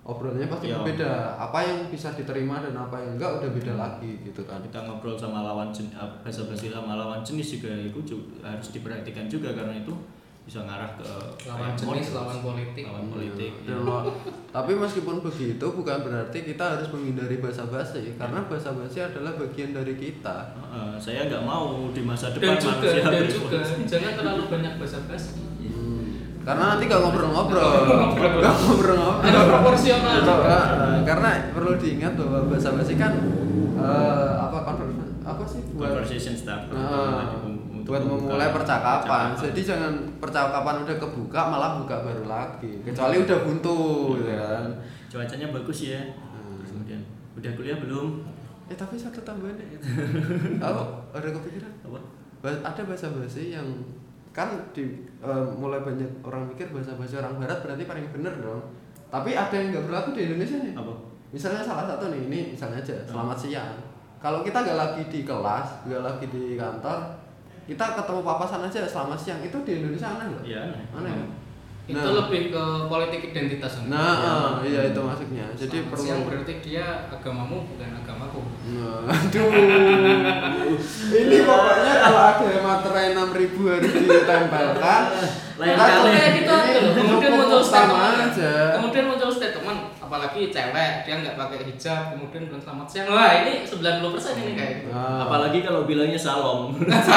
Speaker 1: obrolnya pasti
Speaker 2: Iya.
Speaker 1: berbeda. Apa yang bisa diterima dan apa yang enggak udah beda lagi gitu kan.
Speaker 2: Kita ngobrol sama lawan jenis, basa-basi sama lawan jenis juga itu juga harus diperhatikan juga karena itu bisa ngarah ke
Speaker 3: Lawan jenis, lawan politik.
Speaker 2: lawan politik.
Speaker 1: Dan lo- tapi meskipun begitu bukan berarti kita harus menghindari basa-basi karena basa-basi adalah bagian dari kita.
Speaker 2: Uh, saya nggak mau di masa
Speaker 3: Dan
Speaker 2: depan
Speaker 3: juga,
Speaker 2: manusia
Speaker 3: dan
Speaker 2: berpolitik.
Speaker 3: juga jangan terlalu banyak basa-basi.
Speaker 1: Karena nanti gak ngobrol-ngobrol, gak ngobrol-ngobrol.
Speaker 3: Ada proporsional.
Speaker 1: Nah, karena perlu diingat bahwa basa-basi kan eh, apa conver- apa sih buat
Speaker 2: Conversation start.
Speaker 1: Nah,
Speaker 2: Untuk
Speaker 1: buat
Speaker 2: membuka
Speaker 1: memulai percakapan.
Speaker 2: percakapan.
Speaker 1: Jadi jangan percakapan udah kebuka malah buka baru lagi. Kecuali udah buntu gitu kan.
Speaker 2: Cuacanya bagus ya.
Speaker 1: Hmm.
Speaker 2: Terus kemudian udah kuliah belum?
Speaker 1: Eh tapi satu tambahan ya. Aku ada kepikiran.
Speaker 2: Apa?
Speaker 1: Ba- Ada basa-basi yang kan di eh, mulai banyak orang mikir basa-basi orang barat berarti paling bener dong. Tapi ada yang nggak berlaku di Indonesia nih.
Speaker 2: Apa?
Speaker 1: Misalnya salah satu nih, ini misalnya aja, selamat siang. Kalau kita nggak lagi di kelas, nggak lagi di kantor, kita ketemu papasan aja selamat siang, itu di Indonesia aneh nggak?
Speaker 2: Iya. aneh.
Speaker 1: Aneh. kan?
Speaker 3: Itu
Speaker 1: Nah.
Speaker 3: lebih ke politik identitas.
Speaker 1: Nah,
Speaker 2: Ya.
Speaker 1: eh, iya itu maksudnya. Jadi
Speaker 3: Selamat
Speaker 1: perlu.
Speaker 3: siang berarti dia agamamu bukan agamaku.
Speaker 1: Nah, aduh. Ini pokoknya kalau ada materai enam ribu harus ditempelkan.
Speaker 2: Lain
Speaker 1: Nah,
Speaker 2: kali.
Speaker 3: Kayak gitu
Speaker 1: ini
Speaker 3: aja loh. Kemudian
Speaker 1: hukum
Speaker 3: muncul
Speaker 1: utama
Speaker 3: statement.
Speaker 1: aja.
Speaker 3: Kemudian muncul statement, apalagi cewek dia nggak pakai hijab, kemudian bilang selamat siang. Wah ini sembilan puluh persen ini kayak gitu.
Speaker 1: Nah.
Speaker 2: Apalagi kalau bilangnya salom.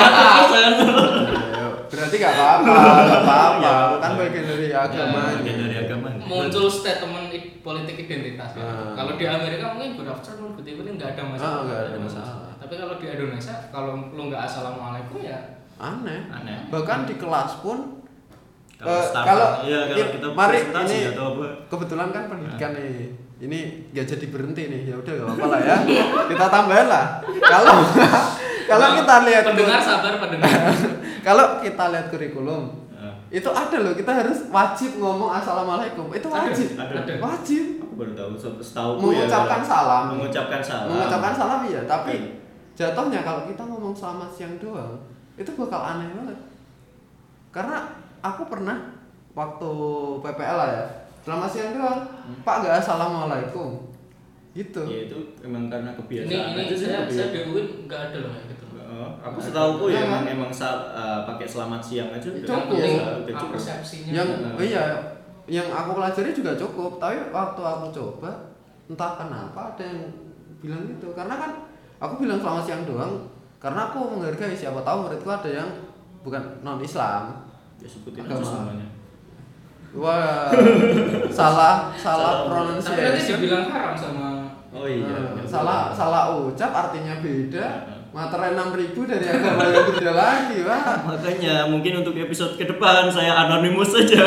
Speaker 1: Ayo, berarti gak apa-apa, gak apa-apa.
Speaker 2: Ya,
Speaker 1: Kan bagian dari agama.
Speaker 2: Bagian dari agama.
Speaker 3: Muncul statement i- politik identitas. Ya.
Speaker 1: Ah.
Speaker 3: Kalau di Amerika mungkin good afternoon, good evening nggak ada masalah.
Speaker 1: Ah, nggak ada masalah.
Speaker 3: Tapi kalau di Indonesia, kalau lu nggak assalamualaikum ya
Speaker 1: Aneh.
Speaker 2: Aneh.
Speaker 1: Bahkan di kelas pun
Speaker 2: Kalau
Speaker 1: eh,
Speaker 2: staff,
Speaker 1: kalau
Speaker 2: iya, kalau
Speaker 1: kita-
Speaker 2: kita
Speaker 1: mari
Speaker 2: presentasi
Speaker 1: ini
Speaker 2: atau apa.
Speaker 1: kebetulan kan pendidikan nih. Ini nggak jadi berhenti nih. Ya udah gak apa-apa lah ya. Kita tambahin lah. Kalau kalau kita lihat
Speaker 3: pendengar sabar pendengar.
Speaker 1: kalau kita lihat kurikulum
Speaker 2: Ah.
Speaker 1: itu ada loh, kita harus wajib ngomong assalamualaikum. Itu wajib.
Speaker 2: Ada.
Speaker 3: Ada.
Speaker 1: Wajib.
Speaker 2: Aku baru tahu, setahu
Speaker 1: Mengucapkan salam.
Speaker 2: Mengucapkan salam.
Speaker 1: Mengucapkan salam iya, tapi jatuhnya kalau kita ngomong selamat siang doang, itu bakal aneh banget. Karena aku pernah waktu P P L lah ya, selamat siang doang,
Speaker 2: Hmm.
Speaker 1: Pak nggak assalamualaikum, gitu.
Speaker 2: Ya itu memang karena
Speaker 3: Ini
Speaker 2: kebiasaan.
Speaker 3: ini
Speaker 2: aja sih,
Speaker 3: saya
Speaker 2: kebiasaan.
Speaker 3: saya di U I N nggak ada loh kayak gitu.
Speaker 2: Oh, aku setahuku ya
Speaker 1: Iya,
Speaker 2: emang
Speaker 1: kan?
Speaker 2: emang sa- uh, pakai selamat siang aja udah
Speaker 1: Cukup.
Speaker 2: udah
Speaker 3: Penting
Speaker 2: udah cukup.
Speaker 3: persepsinya.
Speaker 1: Yang
Speaker 2: Nah.
Speaker 1: oh iya, yang aku pelajari juga cukup, tapi waktu aku coba, entah kenapa ada yang bilang gitu, karena kan aku bilang selamat siang doang, karena aku menghargai, siapa tahu muridku ada yang bukan non Islam.
Speaker 2: Ya sebutin aja
Speaker 1: Agama.
Speaker 2: semuanya.
Speaker 1: Wah, salah salah
Speaker 2: Salah.
Speaker 3: Tapi nanti
Speaker 1: pronunciation.
Speaker 3: dibilang haram sama.
Speaker 2: Oh iya.
Speaker 1: Nah,
Speaker 2: bener.
Speaker 1: salah salah ucap artinya beda.
Speaker 2: Nah.
Speaker 1: Materai enam ribu dari agama yang beda lagi, Pak.
Speaker 2: Makanya mungkin untuk episode ke depan saya anonimus saja.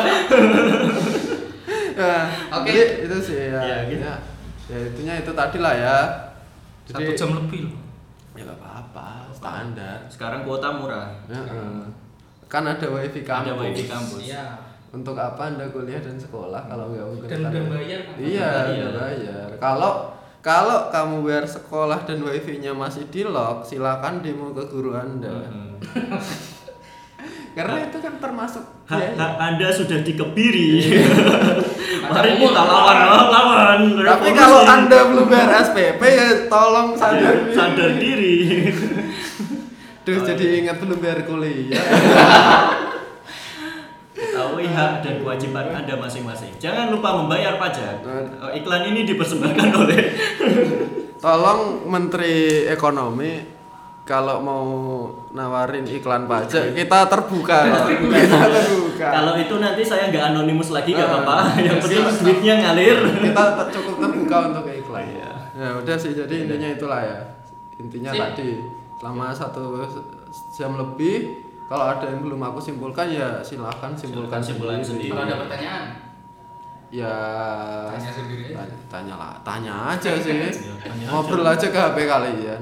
Speaker 1: Nah,
Speaker 3: Oke.
Speaker 1: jadi itu sih ya.
Speaker 2: Ya, gitu.
Speaker 1: Ya, ya itunya itu tadi lah ya.
Speaker 3: Satu jam lebih loh.
Speaker 1: Ya nggak apa-apa, standar.
Speaker 2: Sekarang kuota murah.
Speaker 1: Ya, eh. Kan ada wifi kampus.
Speaker 2: Ada wifi kampus.
Speaker 3: Iya.
Speaker 1: Untuk apa Anda kuliah dan sekolah kalau nggak mungkin?
Speaker 3: Dan udah bayar kan?
Speaker 1: Iya,
Speaker 2: Iya.
Speaker 1: udah bayar. Kalau kalau kamu bayar sekolah dan wifi-nya masih di lock, silakan demo ke guru Anda.
Speaker 2: Hmm.
Speaker 1: Karena itu kan termasuk
Speaker 2: Ha-
Speaker 1: biaya.
Speaker 2: ha- Anda sudah dikebiri.
Speaker 3: Ada
Speaker 2: Mari
Speaker 3: umur.
Speaker 2: kita lawan lawan.
Speaker 1: Tapi
Speaker 2: revolusi.
Speaker 1: kalau Anda belum bayar S P P ya tolong sadar. diri.
Speaker 2: sadar diri.
Speaker 1: Terus jadi ingat belum bayar kuliah.
Speaker 2: Ketahui hak dan kewajiban Anda masing-masing. Jangan lupa membayar pajak.
Speaker 1: Nah.
Speaker 2: Oh, iklan ini dipersembahkan oleh
Speaker 1: Tolong Menteri Ekonomi kalau mau nawarin iklan pajak kita terbuka. kok. Kita terbuka.
Speaker 2: Kalau itu nanti saya nggak anonimus lagi nggak
Speaker 1: Ah.
Speaker 2: apa-apa. Yang penting duitnya ngalir.
Speaker 1: Kita ter- cukup terbuka untuk iklan.
Speaker 2: Iya.
Speaker 1: Ya udah sih, jadi intinya itulah ya. Intinya
Speaker 3: Sip.
Speaker 1: tadi selama satu jam lebih, kalau ada yang belum aku simpulkan ya silahkan simpulkan
Speaker 2: Silakan simpulkan sendiri.
Speaker 3: Kalau ada pertanyaan,
Speaker 1: Ya
Speaker 3: tanya sendiri aja.
Speaker 1: tanya, tanya lah, tanya aja sih.
Speaker 2: Ya, tanya
Speaker 1: Ngobrol aja ke H P kalian.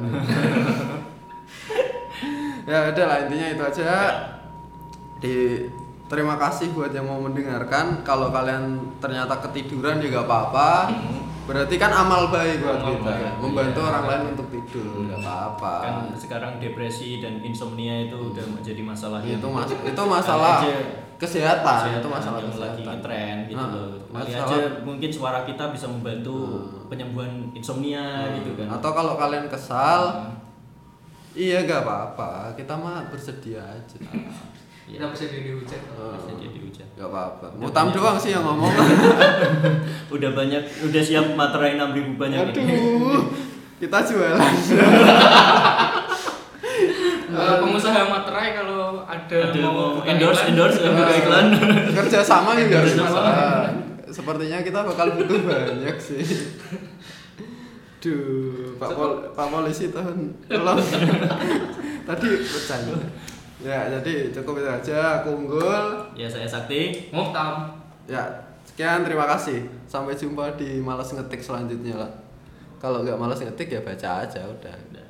Speaker 1: Ya udah lah, intinya itu aja. Di terima kasih buat yang mau mendengarkan. Kalau kalian ternyata ketiduran juga gak apa-apa. Berarti kan amal baik buat
Speaker 3: Amal
Speaker 1: kita,
Speaker 3: baik,
Speaker 1: membantu
Speaker 2: iya.
Speaker 1: orang lain untuk tidur, nggak apa-apa.
Speaker 2: Kan sekarang depresi dan insomnia itu udah menjadi masalah yang
Speaker 1: Itu mas, itu masalah
Speaker 2: aja
Speaker 1: kesehatan,
Speaker 2: kesehatan
Speaker 1: itu masalah
Speaker 2: yang lagi
Speaker 1: kesehatan.
Speaker 2: ngetren gitu
Speaker 1: Nah,
Speaker 2: loh. Kali
Speaker 1: masalah-
Speaker 2: aja mungkin suara kita bisa membantu
Speaker 1: Hmm.
Speaker 2: penyembuhan insomnia gitu kan.
Speaker 1: Atau kalau kalian kesal,
Speaker 2: Hmm.
Speaker 1: iya gak apa-apa, kita mah bersedia aja.
Speaker 3: Kita bisa dihujat.
Speaker 2: Bisa jadi hujan.
Speaker 1: Gak apa-apa.
Speaker 2: Udah
Speaker 1: Mutam
Speaker 2: banyak.
Speaker 1: doang sih yang ngomong.
Speaker 2: Udah banyak, udah siap materai enam ribu banyak ini.
Speaker 1: Aduh, kita jualan.
Speaker 3: Eh, pengusaha materai kalau ada,
Speaker 2: Ada mau
Speaker 3: buka
Speaker 2: endorse,
Speaker 3: iklan,
Speaker 2: endorse,
Speaker 3: eh,
Speaker 2: buka iklan.
Speaker 1: Kerja sama juga harus
Speaker 2: Kerja sama.
Speaker 1: masalah. Sepertinya kita bakal butuh banyak sih. Duh, Pak Pol Pak Polisi tahun tolong. Tadi bercanda. Ya, jadi cukup itu aja. Aku Unggul.
Speaker 2: Ya saya Sakti.
Speaker 3: Muhtam.
Speaker 1: Ya, sekian terima kasih. Sampai jumpa di Malas Ngetik selanjutnya lah. Kalau nggak malas ngetik ya baca aja udah.